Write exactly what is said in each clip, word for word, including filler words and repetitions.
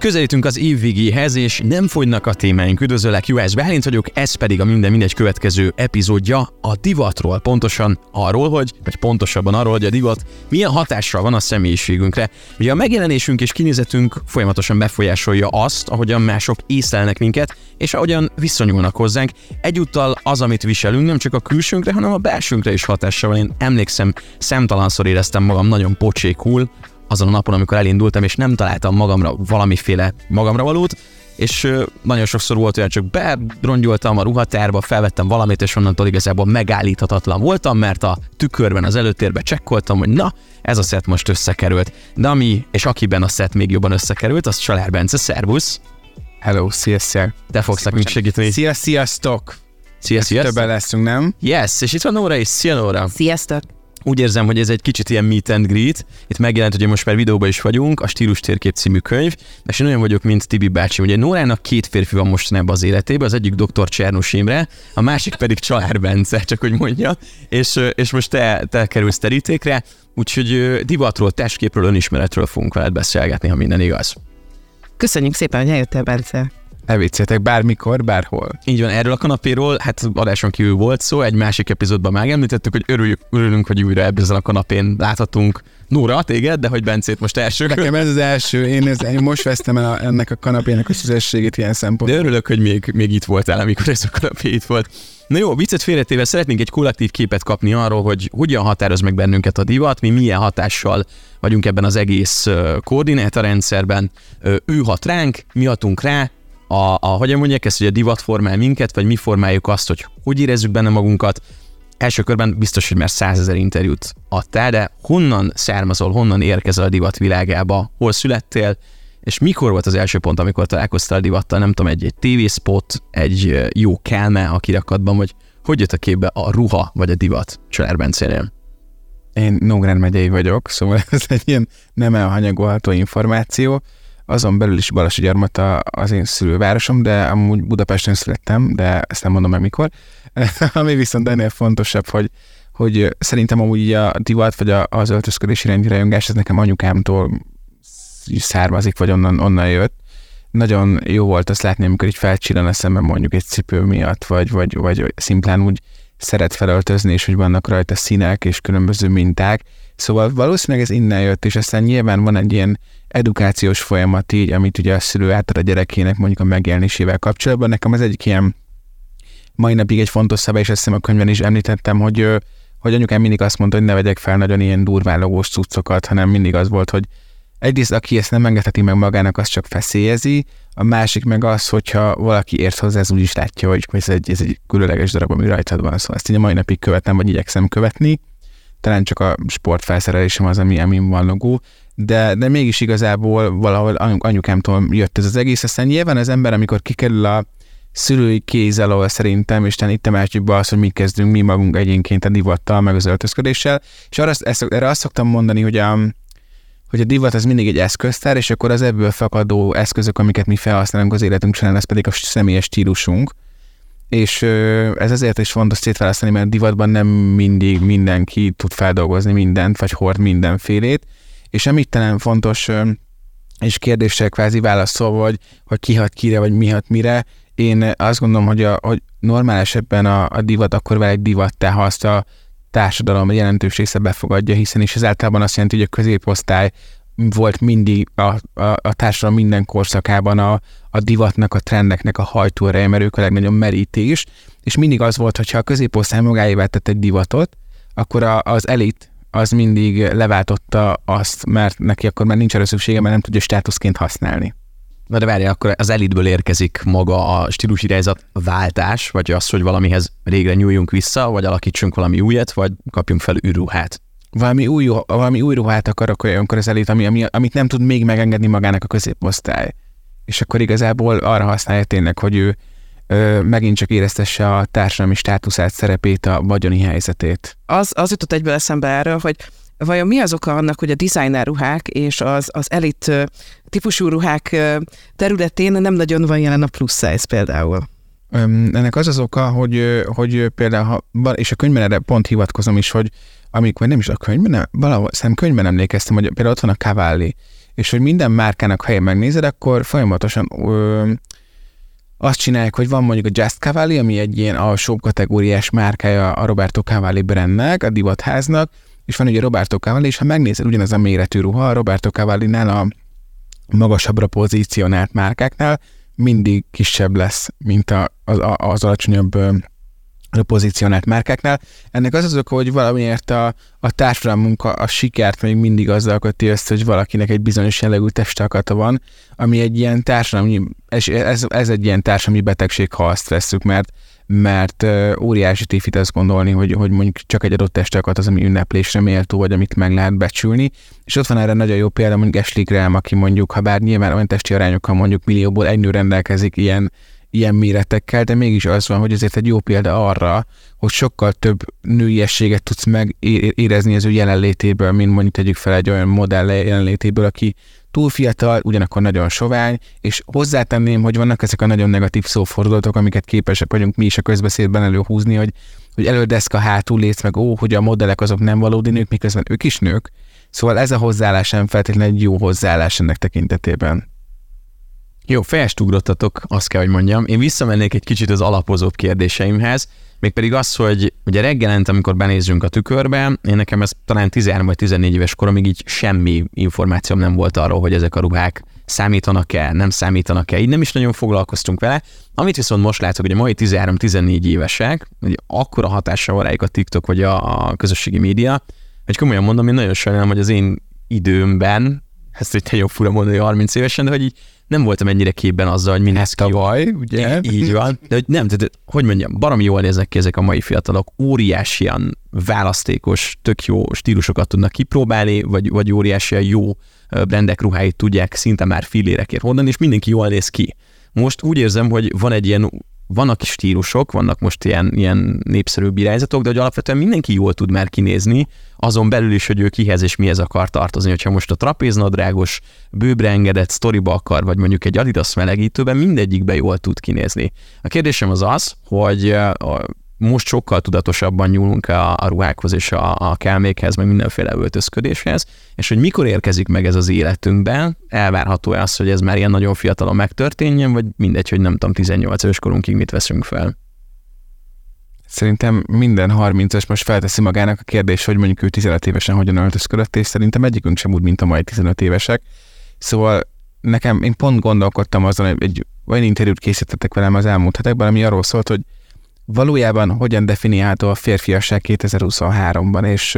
Közelítünk az év végéhez, és nem fogynak a témáink. Üdvözöllek, Juhász Bálint vagyok, ez pedig a Minden Mindegy következő epizódja a divatról. Pontosan arról, hogy, vagy pontosabban arról, hogy a divat milyen hatással van a személyiségünkre. Ugye a megjelenésünk és kinézetünk folyamatosan befolyásolja azt, ahogyan mások észlelnek minket, és ahogyan viszonyulnak hozzánk. Egyúttal az, amit viselünk, nem csak a külsőnkre, hanem a belsőnkre is hatással van. Én emlékszem, számtalanszor éreztem magam nagyon pocsékul azon a napon, amikor elindultam, és nem találtam magamra valamiféle magamra valót, és ö, nagyon sokszor volt olyan, csak berongyoltam a ruhatárba, felvettem valamit, és onnantól igazából megállíthatatlan voltam, mert a tükörben az előtérbe csekkoltam, hogy na, ez a szett most összekerült. De ami, és akiben a szett még jobban összekerült, az Csalár Bence, szervusz! Hello, sziasztok! Te fogsz nekünk segíteni. Szia, sziasztok! Szia, sziasztok! Többen leszünk, nem? Yes, és itt van Nóra is. Szia, Nóra! Sziasztok! Úgy érzem, hogy ez egy kicsit ilyen meet and greet. Itt megjelent, hogy most már videóban is vagyunk, a Stílus térkép című könyv, és én olyan vagyok, mint Tibi bácsi. Ugye Nórának két férfi van mostanában az életében, az egyik doktor Csernus Imre, a másik pedig Csalár Bence, csak hogy mondja, és, és most te, te kerülsz terítékre, úgyhogy divatról, testképről, önismeretről fogunk veled beszélgetni, ha minden igaz. Köszönjük szépen, hogy eljöttél, Bence. Elviccétek bármikor, bárhol. Így van, erről a kanapéról, hát adáson kívül volt szó, egy másik epizódban megemlítettük, hogy örüljük, örülünk, hogy újra ebből a kanapén láthatunk Nóra, téged, de hogy Bencét most első. Nekem ez az első, én, ez, én most vesztem el a, ennek a kanapének a szüzességét ilyen szempontból. De örülök, hogy még, még itt voltál, amikor ez a kanapé itt volt. Na jó, viccet félretéve szeretnénk egy kollektív képet kapni arról, hogy hogyan határoz meg bennünket a divat, mi milyen hatással vagyunk ebben az egész koordinátorrendszerben. Ő hat ránk, mi hatunk rá. A, a, hogyan mondják ezt, hogy a divat formál minket, vagy mi formáljuk azt, hogy hogy érezzük benne magunkat. Első körben biztos, hogy már százezer interjút adtál, de honnan származol, honnan érkezel a divat világába, hol születtél, és mikor volt az első pont, amikor találkoztál a divattal, nem tudom, egy, egy tévészpot, egy jó kelme a kirakatban, vagy hogy jött a képbe a ruha, vagy a divat Csalár Bencénél? Én Nógrád megyei vagyok, szóval ez egy ilyen nem elhanyagolható információ. Azon belül is Balassagyarmat az én szülővárosom, de amúgy Budapesten születtem, de ezt nem mondom meg mikor. Ami viszont ennél fontosabb, hogy, hogy szerintem amúgy a divat, vagy az öltözködési rendi rajongás, ez nekem anyukámtól származik, vagy onnan, onnan jött. Nagyon jó volt azt látni, amikor így felcsillan a szemem mondjuk egy cipő miatt, vagy, vagy, vagy szimplán úgy szeret felöltözni, és hogy vannak rajta színek és különböző minták. Szóval valószínűleg ez innen jött, és aztán nyilván van egy ilyen edukációs folyamat így, amit ugye a szülő átad a gyerekének mondjuk a megjelenésével kapcsolatban. Nekem az egyik ilyen mai napig egy fontos szabály, és azt hiszem a könyvben is említettem, hogy, hogy anyukám mindig azt mondta, hogy ne vegyek fel nagyon ilyen durválogós cuccokat, hanem mindig az volt, hogy egyrészt aki ezt nem engedheti meg magának, az csak feszélyezi, a másik meg az, hogyha valaki ért hozzá, ez úgy is látja, hogy ez egy, ez egy különleges darab, ami rajtad van, szóval ezt így a mai napig követem, vagy igyekszem követni. Talán csak a sportfelszerelésem az, ami, ami van logó, de, de mégis igazából valahol anyukámtól jött ez az egész. Aztán nyilván az ember, amikor kikerül a szülői kéz alól szerintem, és talán itt emeltjük be azt, hogy mit kezdünk mi magunk egyénként a divattal, meg az öltözködéssel, és arra, ezt, erre azt szoktam mondani, hogy a, hogy a divat az mindig egy eszköztár, és akkor az ebből fakadó eszközök, amiket mi felhasználunk az életünk során, ez pedig a személyes stílusunk. És ez azért is fontos szétválasztani, mert a divatban nem mindig mindenki tud feldolgozni mindent, vagy hord mindenfélét, és amit talán fontos, és kérdéssel kvázi válaszolva, hogy, hogy ki hat kire, vagy mi hat mire, én azt gondolom, hogy, a, hogy normál esetben a, a divat akkor vele egy divattá, ha azt a társadalom jelentős része befogadja, hiszen is ez általában azt jelenti, hogy a középosztály volt mindig a, a, a társadalom minden korszakában a, a divatnak, a trendeknek a hajtóereje, mert ők a legnagyobb merítés, és mindig az volt, hogyha a középosztály magáévá tett egy divatot, akkor a, az elit az mindig leváltotta azt, mert neki akkor már nincs erre szüksége, mert nem tudja státuszként használni. Na de várjál, akkor az elitből érkezik maga a stílusirányzat váltás, vagy az, hogy valamihez régre nyúljunk vissza, vagy alakítsunk valami újat, vagy kapjunk fel űrruhát. Valami új, valami új ruhát akarok olyankor az elit, ami, ami, amit nem tud még megengedni magának a középosztály. És akkor igazából arra használja tényleg, hogy ő ö, megint csak éreztesse a társadalmi státuszát, szerepét, a vagyoni helyzetét. Az, az jutott egyből eszembe erről, hogy vajon mi az oka annak, hogy a designer ruhák és az, az elit típusú ruhák területén nem nagyon van jelen a plusz size például? Ennek az az oka, hogy, hogy például, ha, és a könyvben erre pont hivatkozom is, hogy amikor nem is a könyvben, valahol szerintem könyvben emlékeztem, hogy például ott van a Cavalli, és hogy minden márkának, ha helyen megnézed, akkor folyamatosan ö, azt csinálják, hogy van mondjuk a Just Cavalli, ami egy ilyen alsóbb kategóriás márkája a Roberto Cavalli brandnek, a divatháznak, és van ugye Roberto Cavalli, és ha megnézed ugyanaz a méretű ruha, a Roberto Cavallinál a magasabbra pozícionált márkáknál mindig kisebb lesz, mint a, az, az alacsonyabb pozícionált márkáknál. Ennek az az oka, hogy valamiért a, a társadalmunk a, a sikert még mindig azzal köti össze, hogy valakinek egy bizonyos jellegű testakata van, ami egy ilyen társadalmi, ez, ez, ez egy ilyen társadalmi betegség, ha azt vesszük, mert mert uh, óriási tévhit azt gondolni, hogy, hogy mondjuk csak egy adott testakat az, ami ünneplésre méltó, vagy amit meg lehet becsülni. És ott van erre nagyon jó példa, mondjuk Ashley Graham, aki mondjuk, ha bár nyilván olyan testi arányokkal mondjuk millióból egy nő rendelkezik ilyen, ilyen méretekkel, de mégis az van, hogy ezért egy jó példa arra, hogy sokkal több nőiességet tudsz megérezni az ő jelenlétéből, mint mondjuk tegyük fel egy olyan modell jelenlétéből, aki túl fiatal, ugyanakkor nagyon sovány, és hozzátenném, hogy vannak ezek a nagyon negatív szófordulatok, amiket képesek vagyunk mi is a közbeszédben előhúzni, hogy, hogy elődeszka hátul létsz meg, ó, hogy a modellek azok nem valódi nők, miközben ők is nők. Szóval ez a hozzáállás nem feltétlenül egy jó hozzáállás ennek tekintetében. Jó, fejest ugrottatok, azt kell, hogy mondjam. Én visszamennék egy kicsit az alapozóbb kérdéseimhez, mégpedig az, hogy ugye reggelente, amikor benézzünk a tükörbe, én nekem ez talán tizenhárom vagy tizennégy éves koromig így semmi információm nem volt arról, hogy ezek a ruhák számítanak-e, nem számítanak-e, így nem is nagyon foglalkoztunk vele. Amit viszont most látok, hogy a mai tizenhárom-tizennégy évesek, hogy akkora hatással van rájuk a TikTok vagy a, a közösségi média, hogy komolyan mondom, én nagyon sajnálom, hogy az én időmben, ezt egy nagyon fura mondani harminc évesen, de hogy így nem voltam ennyire képben azzal, hogy mindez tavaly, ugye? Így van. De hogy nem, de, hogy mondjam, baromi jól néznek ki ezek a mai fiatalok, óriásian választékos, tök jó stílusokat tudnak kipróbálni, vagy, vagy óriásian jó brandek ruháit tudják szinte már fillérekért hordani, és mindenki jól néz ki. Most úgy érzem, hogy van egy ilyen, vannak stílusok, vannak most ilyen, ilyen népszerűbb irányzatok, de hogy alapvetően mindenki jól tud már kinézni, azon belül is, hogy ő kihez és mihez akar tartozni. Hogyha most a trapéznadrágos, bőbre engedett sztoriba akar, vagy mondjuk egy Adidas melegítőben, mindegyikbe jól tud kinézni. A kérdésem az az, hogy most sokkal tudatosabban nyúlunk a, a ruhákhoz és a, a kelmékhez, meg mindenféle öltözködéshez, és hogy mikor érkezik meg ez az életünkben, elvárható-e az, hogy ez már ilyen nagyon fiatalon megtörténjen, vagy mindegy, hogy nem tudom, tizennyolc éves korunkig mit veszünk fel? Szerintem minden harmincas most felteszi magának a kérdés, hogy mondjuk ő tizenöt évesen hogyan öltözködött, és szerintem egyikünk sem úgy, mint a mai tizenöt évesek. Szóval nekem, én pont gondolkodtam azon, hogy egy olyan interjút készítettek velem az elmúlt hetekben, ami arról szólt, hogy valójában hogyan definiálható a férfiasság kétezer-huszonháromban, és,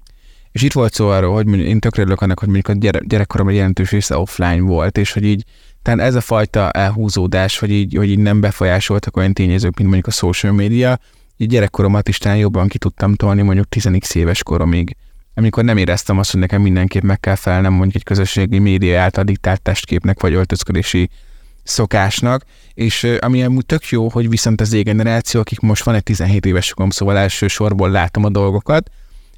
és itt volt szó arról, hogy én tökre örülök annak, hogy mondjuk a gyere, gyerekkoromban jelentős része offline volt, és hogy így tehát ez a fajta elhúzódás, hogy így, hogy így nem befolyásoltak olyan tényezők, mint mondjuk a social media, így gyerekkoromat is talán jobban ki tudtam tolni mondjuk tíz éves koromig, amikor nem éreztem azt, hogy nekem mindenképp meg kell felelnem mondjuk egy közösségi média által diktált testképnek vagy öltözködési szokásnak, és ami amúgy tök jó, hogy viszont az Z-generáció, akik most van egy tizenhét éves korom, szóval első sorból látom a dolgokat,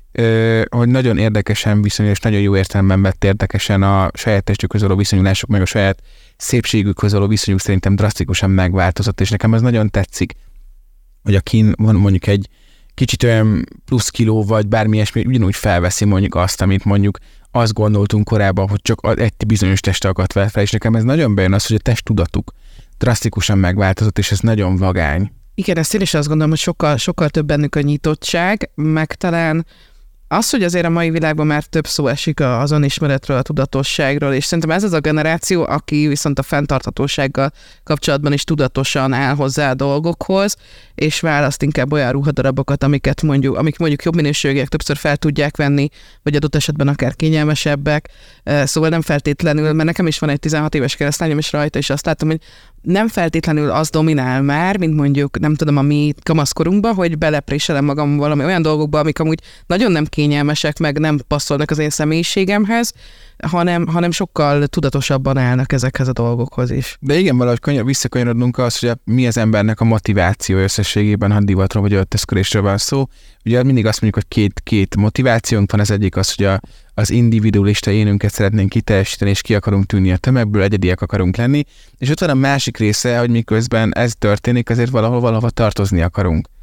hogy nagyon érdekesen viszonyul, és nagyon jó értelemben vett érdekesen a saját testükhoz való viszonyulások, meg a saját szépségükhöz való viszonyuk szerintem drasztikusan megváltozott, és nekem ez nagyon tetszik, hogy akin van mondjuk egy kicsit olyan plusz kiló, vagy bármi ilyesmi, ugyanúgy felveszi mondjuk azt, amit mondjuk azt gondoltunk korábban, hogy csak egy bizonyos testalkat vett fel, és nekem ez nagyon bejön az, hogy a testtudatuk drasztikusan megváltozott, és ez nagyon vagány. Igen, ezt én is azt gondolom, hogy sokkal, sokkal több bennük a nyitottság, meg talán az, hogy azért a mai világban már több szó esik az önismeretről, a tudatosságról, és szerintem ez az a generáció, aki viszont a fenntarthatósággal kapcsolatban is tudatosan áll hozzá a dolgokhoz, és választ inkább olyan ruhadarabokat, amiket mondjuk, amik mondjuk jobb minőségűek, többször fel tudják venni, vagy adott esetben akár kényelmesebbek. Szóval nem feltétlenül, mert nekem is van egy tizenhat éves keresztlányom, és rajta is azt látom, hogy nem feltétlenül az dominál már, mint mondjuk, nem tudom, a mi kamaszkorunkban, hogy belepréselem magam valami olyan dolgokba, amik amúgy nagyon nem kényelmesek, meg nem passzolnak az én személyiségemhez, hanem, hanem sokkal tudatosabban állnak ezekhez a dolgokhoz is. De igen, valahogy könnyebb visszakanyarodnunk az, hogy mi az embernek a motiváció összességében, ha divatról vagy öltözködésről van szó. Ugye mindig azt mondjuk, hogy két, két motivációnk van, az egyik az, hogy a, az individualista énünket szeretnénk kiteljesíteni, és ki akarunk tűnni a tömegből, egyediek akarunk lenni, és ott van a másik része, hogy miközben ez történik, azért valahol valahova tartozni akarunk.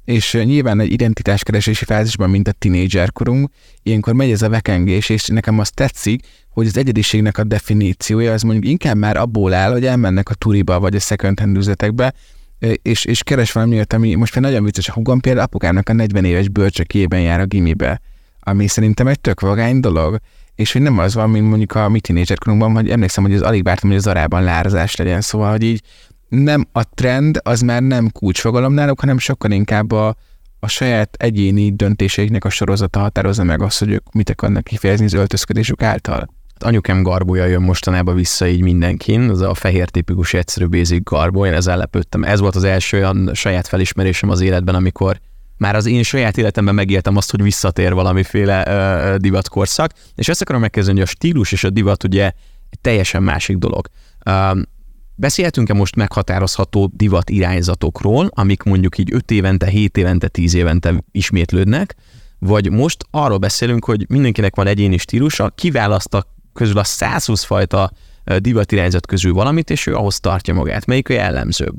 és nyilván egy identitáskeresési fázisban, mint a tínédzserkorunk, ilyenkor megy ez a vekengés, és nekem azt tetszik, hogy az egyediségnek a definíciója az mondjuk inkább már abból áll, hogy elmennek a turiba, vagy a second hand üzletekbe, és, és keres valamiért, ami most már nagyon vicces, a húgom például apukámnak a negyven éves bölcsökében jár a gimibe, ami szerintem egy tök vagány dolog, és hogy nem az van, mint mondjuk a mi tínédzserkorunkban, hogy emlékszem, hogy az alig vártam, hogy az Zarában lárzás legyen, szóval, hogy így nem a trend, az már nem kulcsfogalom náluk, hanem sokkal inkább a, a saját egyéni döntéseiknek a sorozata határozza meg azt, hogy ők mit akarnak kifejezni az öltözködésük által. Anyukám garbója jön mostanában vissza így mindenkin, az a fehér tipikus egyszerű basic garbó, én ezzel lepődtem. Ez volt az első olyan saját felismerésem az életben, amikor már az én saját életemben megéltem azt, hogy visszatér valamiféle uh, divatkorszak, és ezt akarom megkezdeni, hogy a stílus és a divat ugye egy teljesen másik dolog. Uh, Beszélhetünk-e most meghatározható divat irányzatokról, amik mondjuk így öt évente, hét évente, tíz évente ismétlődnek, vagy most arról beszélünk, hogy mindenkinek van egyéni stílusa, kiválaszt a közül a százhúsz fajta divat irányzat közül valamit, és ő ahhoz tartja magát. Melyik a jellemzőbb?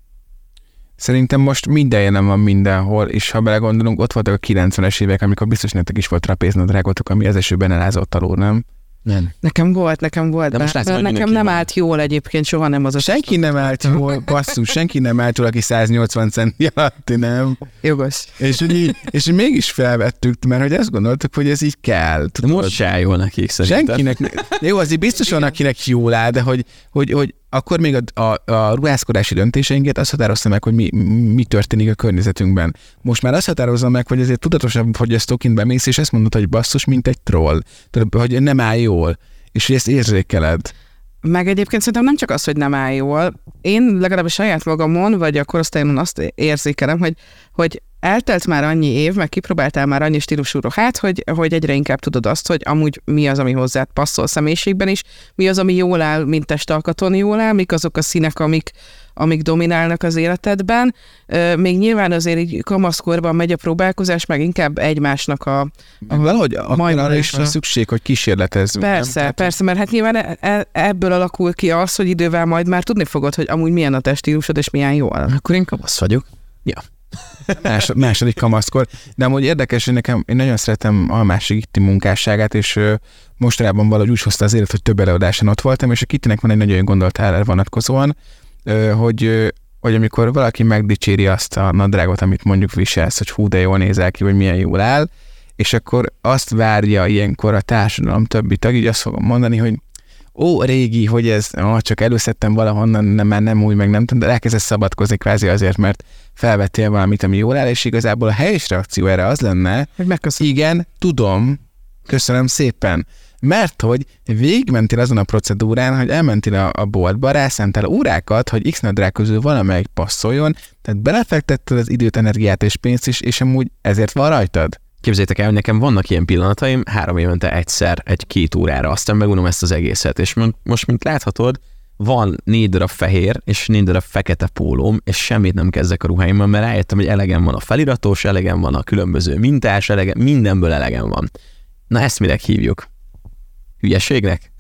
Szerintem most minden jelen van mindenhol, és ha belegondolunk, ott voltak a kilencvenes évek, amikor biztos nektek is volt trapéznadrágotok, ami az esőben elázott alól, nem? Nem. Nekem volt, nekem volt. De most látom, nekem nem van. Állt jól egyébként, soha nem az a... Senki nem állt jól, basszus, senki nem állt jól, aki száznyolcvan centi alatti, nem? Jogos. És, hogy így, és hogy mégis felvettük, mert hogy azt gondoltuk, hogy ez így kell. De most se áll jól nekik szerintem. Senkinek, jó, azért biztos van, akinek jól áll, de hogy, hogy, hogy akkor még a, a, a ruházkodási döntéseinket azt határozta meg, hogy mi, mi történik a környezetünkben. Most már azt határozza meg, hogy azért tudatosabb, hogy a stokint bemész, és ezt mondod, hogy basszus, mint egy troll. Tudod, hogy nem áll jól, és hogy ezt érzékeled. Meg egyébként szerintem nem csak az, hogy nem áll jól. Én legalábbis saját magamon, vagy a korosztályomon azt érzékelem, hogy, hogy eltelt már annyi év, meg kipróbáltál már annyi stílusú ruhát, hogy, hogy egyre inkább tudod azt, hogy amúgy mi az, ami hozzád passzol személyiségben is, mi az, ami jól áll, mint testalkaton jól áll, mik azok a színek, amik, amik dominálnak az életedben. Még nyilván azért így kamaszkorban megy a próbálkozás, meg inkább egymásnak a... a valahogy akkor arra is van szükség, hogy kísérletezzünk. Persze, nem? persze, mert hát nyilván ebből alakul ki az, hogy idővel majd már tudni fogod, hogy amúgy milyen a teststílusod, és milyen jól. Akkor én kamasz vagyok. Ja. Másod, második kamaszkor. De amúgy érdekes, hogy nekem, én nagyon szeretem a másik Kitti munkásságát, és ö, mostanában valahogy úgy hozta az élet, hogy több előadáson ott voltam, és a Kittinek van egy nagyon jó gondolata erre vonatkozóan, ö, hogy, ö, hogy amikor valaki megdicséri azt a nadrágot, amit mondjuk viselsz, hogy hú, de jól nézel ki, vagy milyen jól áll, és akkor azt várja ilyenkor a társadalom többi tag, így azt fogom mondani, hogy ó, régi, hogy ez, ó, csak előszedtem valahonnan, nem, már nem úgy, meg nem tudom, de elkezdesz szabadkozni kvázi azért, mert felvettél valamit, ami jól áll, és igazából a helyes reakció erre az lenne, hogy megköszönöm. Igen, tudom, köszönöm szépen. Mert hogy végigmentél azon a procedúrán, hogy elmentél a, a boltba, rászántál órákat, hogy X nadrág közül valamelyik passzoljon, tehát belefektetted az időt, energiát és pénzt is, és amúgy ezért van rajtad. Képzeljétek el, hogy nekem vannak ilyen pillanataim, három évente egyszer, egy-két órára, aztán megunom ezt az egészet, és most, mint láthatod, van négy darab fehér, és négy darab fekete pólóm, és semmit nem kezdek a ruháimmal, mert rájöttem, hogy elegem van a feliratos, elegem van a különböző mintás, elegem, mindenből elegem van. Na ezt minek hívjuk? Hülyeségnek?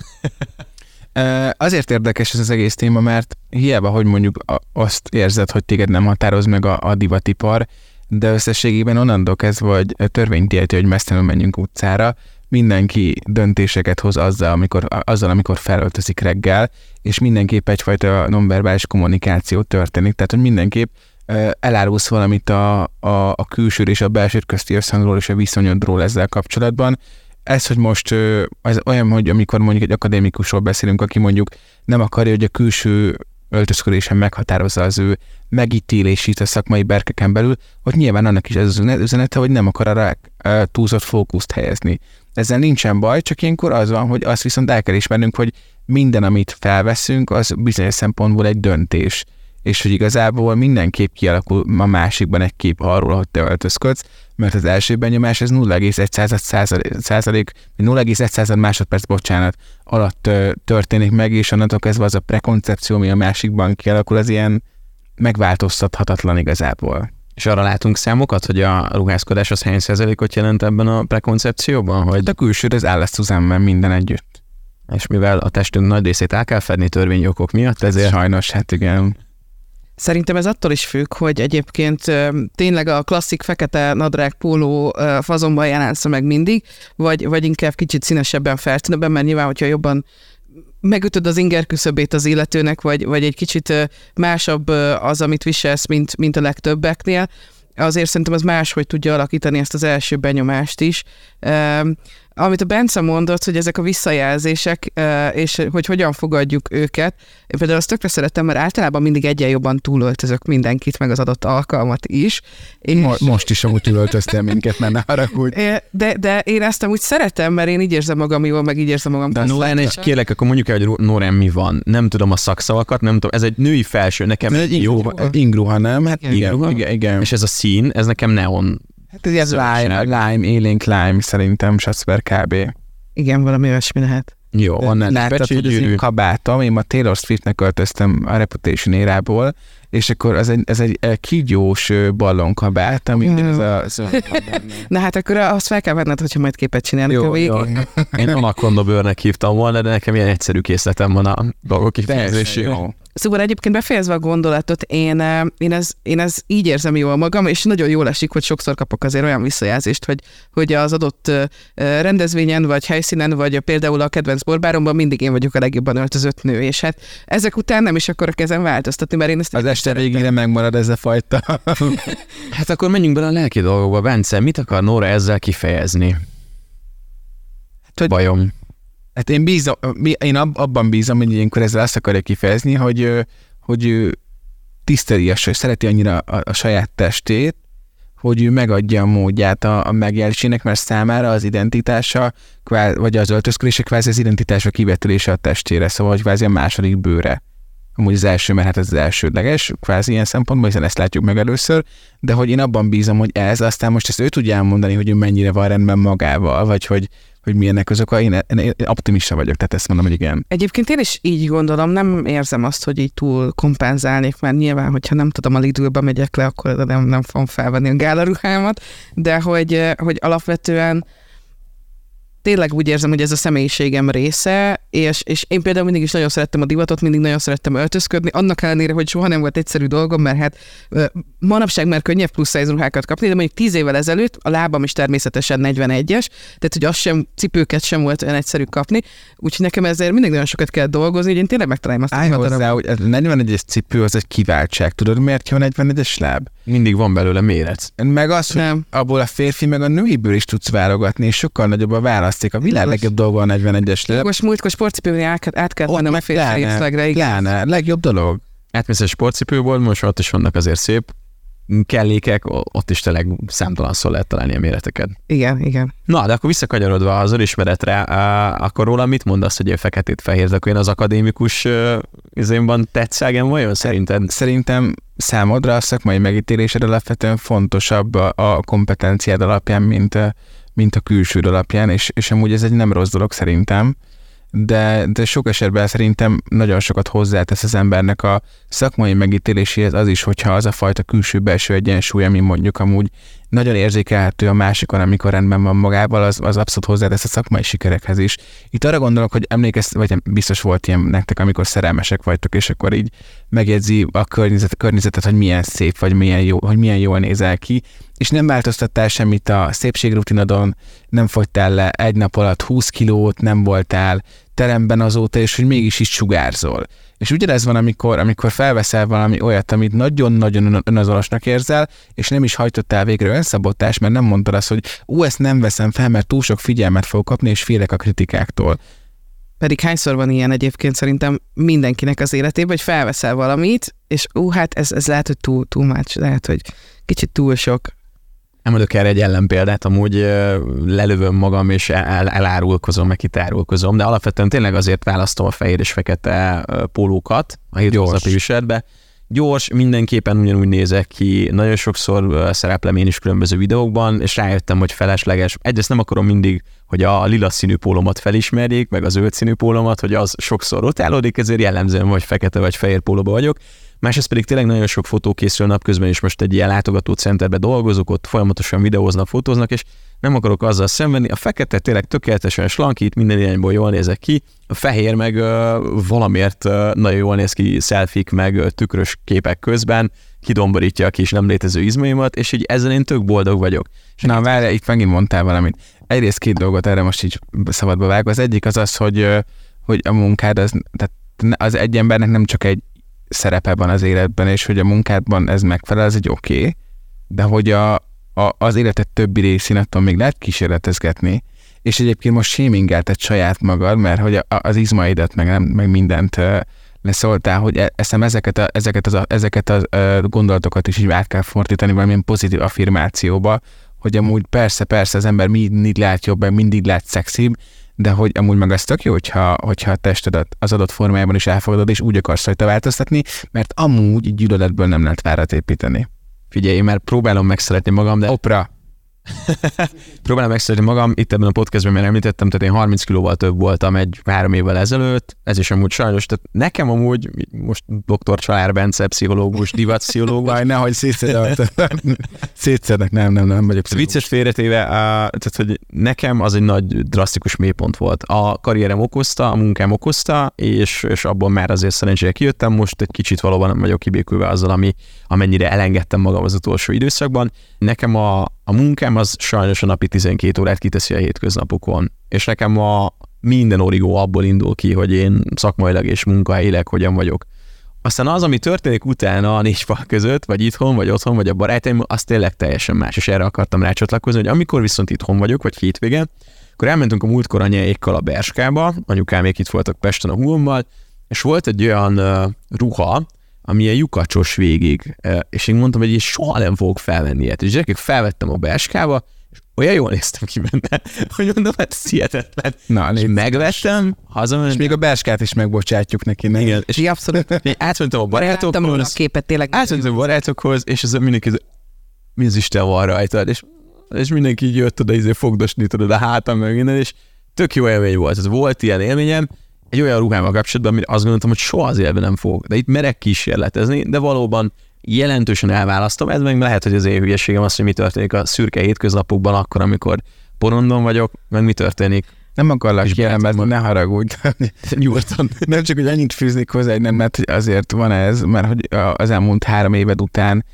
Azért érdekes ez az egész téma, mert hiába, hogy mondjuk azt érzed, hogy téged nem határoz meg a, a divatipar, de összességében onnantól kezdve, vagy törvényt illeti, hogy mesztelenül menjünk utcára, mindenki döntéseket hoz azzal, amikor, azzal, amikor felöltözik reggel, és mindenképp egyfajta nonverbális kommunikáció történik, tehát hogy mindenképp elárulsz valamit a, a, a külső és a belső közti összhangról és a viszonyodról ezzel kapcsolatban. Ez, hogy most ez olyan, hogy amikor mondjuk egy akadémikusról beszélünk, aki mondjuk nem akarja, hogy a külső öltözködésen meghatározza az ő megítélését a szakmai berkeken belül, hogy nyilván annak is ez az üzenete, hogy nem akar arra túlzott fókuszt helyezni. Ezzel nincsen baj, csak ilyenkor az van, hogy azt viszont el kell ismernünk, hogy minden, amit felveszünk, az bizonyos szempontból egy döntés. És hogy igazából mindenképp kialakul a másikban egy kép arról, hogy te öltözködsz, mert az első benyomás ez nulla egész egy százalék, nulla egész egy század másodperc, bocsánat, alatt történik meg, és onnantól kezdve az a prekoncepció, ami a másikban kialakul, az ilyen megváltoztathatatlan igazából. És arra látunk számokat, hogy a ruházkodás az hány százalékot jelent ebben a prekoncepcióban? Hogy... A külsőd az áll lesz zusammen minden együtt. És mivel a testünk nagy részét el kell fedni törvényi okok miatt, ezért... Sajnos, hát igen. Szerintem ez attól is függ, hogy egyébként tényleg a klasszik fekete nadrág póló fazonban jelensz meg mindig, vagy, vagy inkább kicsit színesebben, feltűnőbben, mert nyilván, hogyha jobban megütöd az inger küszöbét az illetőnek, vagy, vagy egy kicsit másabb az, amit viselsz, mint, mint a legtöbbeknél, azért szerintem az máshogy tudja alakítani ezt az első benyomást is. Amit a Bence mondott, hogy ezek a visszajelzések, és hogy hogyan fogadjuk őket, én például azt tökre szeretem, mert általában mindig egyen jobban túlöltözök mindenkit, meg az adott alkalmat is. És most is amúgy túlöltöztél minket, mert ne haragudj. De, de én ezt amúgy szeretem, mert én így érzem magam jól, meg így érzem magam. De Nórán, egy kérlek, akkor mondjuk el, hogy Nórán mi van. Nem tudom a szakszavakat, nem tudom, ez egy női felső, nekem egy jó. Ingruha, nem? Hát igen, igen, igen, igen. És ez a szín, ez nekem neon. Hát ez ilyen lime, lime, élénk lime szerintem, Satzper kb. Igen, valami olyasmi lehet. Jó, onnan láttad, hogy az én kabátom, én ma Taylor Swiftnek költöztem a Reputation érából, és akkor ez egy, ez egy kígyós ballonkabát, ami mm. ez a zöld. Na hát akkor azt fel kell venned, hogyha majd képet csinálni jó, a végén. Jó. Én Anaconda bőrnek hívtam volna, de nekem ilyen egyszerű készletem van a dolgok kifejezésére. Szóval egyébként befejezve a gondolatot, én, én, ez, én ez így érzem jól magam, és nagyon jól esik, hogy sokszor kapok azért olyan visszajelzést, hogy, hogy az adott rendezvényen, vagy helyszínen, vagy például a kedvenc borbáromban mindig én vagyok a legjobban öltözött nő, és hát ezek után nem is akarok ezen változtatni, mert én ezt... Az este végére megmarad ez a fajta. Hát akkor menjünk bele a lelki dolgokba. Bence, mit akar Nóra ezzel kifejezni? Hát, hogy... Bajom. Hát én, bízom, én abban bízom, hogy ilyenkor ezzel azt akarja kifejezni, hogy, hogy ő tiszteli, és szereti annyira a, a saját testét, hogy ő megadja a módját a, a megjelenésének, mert számára az identitása, vagy az öltözködése kvázi az identitása kivetülése a testére, szóval hogy kvázi a második bőre. Amúgy az első, mert hát ez az elsődleges, kvázi ilyen szempontból, hiszen ezt látjuk meg először, de hogy én abban bízom, hogy ez, aztán most ezt ő tudja elmondani, hogy ő mennyire van rendben magával, vagy hogy hogy milyennek az oka, én, én optimista vagyok, tehát ezt mondom, hogy igen. Egyébként én is így gondolom, nem érzem azt, hogy így túl kompenzálnék, mert nyilván, hogyha nem tudom, a Lidlbe megyek le, akkor nem, nem fogom felvenni a gálaruhámat, de hogy, hogy alapvetően tényleg úgy érzem, hogy ez a személyiségem része, és, és én például mindig is nagyon szerettem a divatot, mindig nagyon szerettem öltözködni, annak ellenére, hogy soha nem volt egyszerű dolgom, mert hát manapság már könnyebb plusz size ruhákat kapni, de mondjuk tíz évvel ezelőtt a lábam is természetesen negyvenegyes, tehát hogy az sem, cipőket sem volt olyan egyszerű kapni, úgyhogy nekem ezért mindig nagyon sokat kell dolgozni, hogy én tényleg megtalálom azt. Állj hozzá, hogy a negyvenegyes cipő az egy kiváltság, tudod miért jó negyvenegyes láb? Mindig van belőle méret. Meg az, hogy nem. Abból a férfi meg a nőiből is tudsz válogatni, és sokkal nagyobb a választék. A világ legjobb dolga a negyvenegyes láb. Most múltkor sportcipőnél át, át kellett mennem a férfi részlegre. Igen, legjobb dolog. Átmész egy sportcipőból, most ott is vannak azért szép kellékek, ott is tényleg számtalanszor lehet találni a méreteket. Igen, igen. Na, de akkor visszakanyarodva az önismeretre, akkor róla mit mondasz, hogy én feketét-fehér, akkor én az akadémikus izénban tetszágem vajon szerinted? Szerintem számodra a szakmai megítélésed alapvetően fontosabb a, a kompetenciád alapján, mint a, mint a külsőd alapján, és, és amúgy ez egy nem rossz dolog szerintem, de, de sok esetben szerintem nagyon sokat hozzátesz az embernek a szakmai megítéléséhez az is, hogyha az a fajta külső-belső egyensúly, ami mondjuk amúgy nagyon érzékelhető a másikon, amikor rendben van magával, az, az abszolút hozzátesz a szakmai sikerekhez is. Itt arra gondolok, hogy emlékezz, vagy biztos volt ilyen nektek, amikor szerelmesek vagytok, és akkor így megjegyzi a környezet, a környezetet, hogy milyen szép, vagy milyen jó, hogy milyen jól nézel ki, és nem változtattál semmit a szépségrutinodon, nem fogytál le egy nap alatt húsz kilót, nem voltál teremben azóta, és hogy mégis is sugárzol. És ugyanez van, amikor, amikor felveszel valami olyat, amit nagyon-nagyon önazonosnak érzel, és nem is hajtottál végre önszabotás, mert nem mondtad azt, hogy ú, ezt nem veszem fel, mert túl sok figyelmet fogok kapni, és félek a kritikáktól. Pedig hányszor van ilyen egyébként szerintem mindenkinek az életében, hogy felveszel valamit, és ú, hát ez, ez lehet, hogy túl, túl much, lehet, hogy kicsit túl sok. Nem adok erre egy ellenpéldát, amúgy lelövöm magam, és el, elárulkozom, meg kitárulkozom, de alapvetően tényleg azért választom a fehér és fekete pólókat a hétköznapi viseletbe. Gyors, mindenképpen ugyanúgy nézek ki, nagyon sokszor szereplem én is különböző videókban, és rájöttem, hogy felesleges. Egyrészt nem akarom mindig, hogy a lila színű pólómat felismerjék, meg a zöld színű pólómat, hogy az sokszor rotálódik, ezért jellemzően vagy fekete vagy fehér pólóba vagyok. Másrészt pedig tényleg nagyon sok fotó készül napközben, és most egy ilyen látogatócenterben dolgozok, ott folyamatosan videóznak, fotóznak, és nem akarok azzal szenvedni. A fekete tényleg tökéletesen slankít, minden irányból jól nézek ki, a fehér meg uh, valamiért uh, nagyon jól néz ki szelfik, meg uh, tükrös képek közben, kidomborítja a kis nem létező izmaimat, és így ezzel én tök boldog vagyok. És Na, várj, itt megint mondtál valamit. Egyrészt két dolgot erre most így szabadba vágva. Az egyik az az, hogy, hogy a munkád, az, tehát az egy embernek nem csak egy szerepe van az életben, és hogy a munkádban ez megfelel, az egy oké, okay, de hogy a, a, az életed többi részén attól még lehet kísérletezgetni, és egyébként most shamingelted saját magad, mert hogy a, az izmaidat, meg, nem, meg mindent leszóltál, hogy eszem ezeket a, ezeket, az, ezeket a gondolatokat is így át kell fordítani valamilyen pozitív affirmációba, hogy amúgy persze, persze az ember mindig lát jobb, mindig lát szexibb, de hogy amúgy meg az tök jó, hogyha, hogyha a testedet az adott formájában is elfogadod, és úgy akarsz rajta változtatni, mert amúgy gyűlöletből nem lehet várat építeni. Figyelj, én már próbálom megszeretni magam, de... Opra! Próbálom megszeretni magam, itt ebben a podcastben már említettem, tehát én harminc kilóval több voltam egy három évvel ezelőtt, ez is amúgy sajnos, tehát nekem amúgy, most doktor Csalár Bence, pszichológus, divatpszichológus. Vaj, nehogy szétszednek, nem, nem, nem vagyok. Vicces félretéve, tehát hogy nekem az egy nagy drasztikus mélypont volt. A karrierem okozta, a munkám okozta, és, és abban már azért szerencsére kijöttem, most egy kicsit valóban nem vagyok kibékülve azzal, ami, amennyire elengedtem magam az utolsó időszakban. Nekem a A munkám az sajnos a napi tizenkét órát kiteszi a hétköznapokon, és nekem a minden origó abból indul ki, hogy én szakmailag és munkahelyileg hogyan vagyok. Aztán az, ami történik utána a négy fal között, vagy itthon, vagy otthon, vagy a barátaim, az tényleg teljesen más, és erre akartam rácsatlakozni, hogy amikor viszont itthon vagyok, vagy hétvége, akkor elmentünk a múltkor anyáékkal a Berskába, anyukámék itt voltak Pesten a húgommal, és volt egy olyan uh, ruha, ami ilyen lyukacsos végig, és én mondtam, hogy én soha nem fogok felvenni ilyet. És gyerekek, felvettem a Berskába, és olyan jól néztem ki benne, hogy mondom, hát ez hihetetlen. Na, és megvettem, hazamentem. És még a Berskát is megbocsátjuk neki. Nem? Igen. És abszolút. átmentem a barátokhoz. A képet tényleg. Átmentem a barátokhoz, és ez mindenki, mi az Isten van rajtad, és, és mindenki így jött oda, izé fogdosni tudod a hátam, meg minden, és tök jó élmény volt. Ez volt ilyen élményem, egy olyan ruhával kapcsolatban, amit azt gondoltam, hogy soha az életben nem fogok. De itt merek kísérletezni, de valóban jelentősen elválasztom. Ez meg lehet, hogy az én hülyeségem az, hogy mi történik a szürke hétköznapokban, akkor, amikor porondon vagyok, meg mi történik. Nem akarlak kielemezni, ne haragudj. Nyugodtan. Nem csak, hogy annyit fűznék hozzá, nem, mert azért van ez, mert hogy az elmúlt három éved után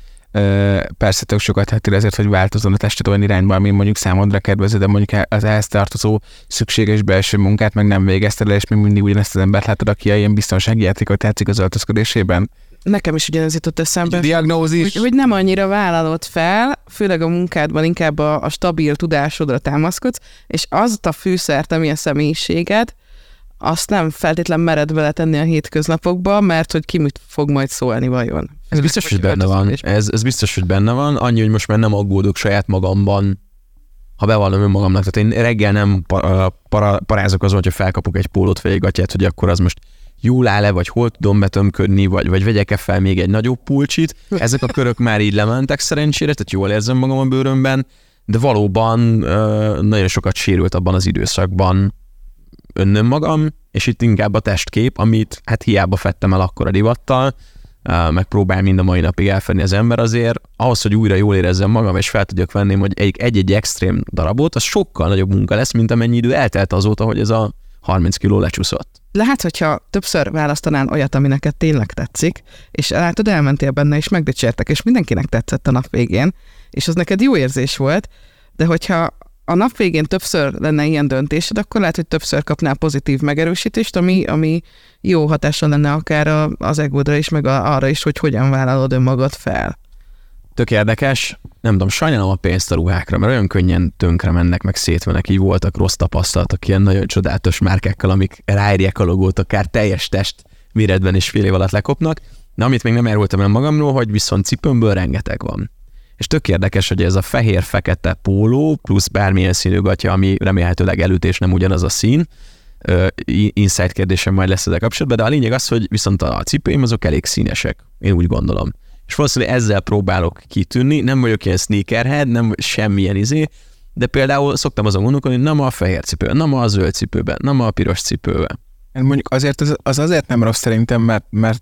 persze tök sokat tettél ezért, hogy változzon a tested olyan irányba, ami mondjuk számodra kedvező, de mondjuk az ehhez tartozó szükséges belső munkát meg nem végezted el, és még mindig ugyanezt az embert látod, aki ilyen biztonsági játékot játszik az öltözködésében. Nekem is ugyanez jutott eszembe. Diagnózis. Hogy, hogy nem annyira vállalod fel, főleg a munkádban inkább a, a stabil tudásodra támaszkodsz, és azt a fűszert, ami a személyiséged, azt nem feltétlen mered beletenni a hétköznapokba, mert hogy ki mit fog majd szólni vajon. Ez biztos, hogy benne van. Ez, ez biztos, hogy benne van. Annyi, hogy most már nem aggódok saját magamban, ha bevallom önmagamnak. Tehát én reggel nem para, para, parázok azon, hogyha felkapok egy pólót vagy egy gatyát, hogy akkor az most jól áll-e, vagy hol tudom betömködni, vagy, vagy vegyek-e fel még egy nagyobb pulcsit. Ezek a körök már így lementek szerencsére, tehát jól érzem magam a bőrömben, de valóban nagyon sokat sérült abban az időszakban önnöm magam, és itt inkább a testkép, amit hát hiába fettem el akkor a divattal, megpróbál mind a mai napig elfedni az ember, azért ahhoz, hogy újra jól érezzem magam, és fel tudjak venni, hogy egy-egy extrém darabot, az sokkal nagyobb munka lesz, mint amennyi idő eltelt azóta, hogy ez a harminc kiló lecsúszott. Lehet, hogyha többször választanál olyat, ami neked tényleg tetszik, és látod, elmentél benne, és megdicsértek, és mindenkinek tetszett a nap végén, és az neked jó érzés volt, de hogyha a nap végén többször lenne ilyen döntésed, akkor lehet, hogy többször kapnál pozitív megerősítést, ami, ami jó hatással lenne akár az egódra is, meg arra is, hogy hogyan vállalod önmagad fel. Tök érdekes. Nem tudom, sajnálom a pénzt a ruhákra, mert olyan könnyen tönkre mennek, meg szétvenek. Így voltak rossz tapasztalatok ilyen nagyon csodálatos márkákkal, amik ráírják a logót, akár teljes test méretben is fél év alatt lekopnak. De amit még nem árultam el magamról, hogy viszont cipőmből rengeteg van. És tök érdekes, hogy ez a fehér-fekete póló plusz bármilyen színű gatya, ami remélhetőleg elütés nem ugyanaz a szín. Uh, insight kérdésem majd lesz ezzel kapcsolatban, de a lényeg az, hogy viszont a cipőim azok elég színesek. Én úgy gondolom. És valószínűleg ezzel próbálok kitűnni, nem vagyok ilyen sneakerhead, nem semmilyen izé, de például szoktam azon gondolkodni, hogy nem a fehér cipőben, nem a zöld cipőben, nem a piros cipőben. Mondjuk azért az, az azért nem rossz szerintem, mert, mert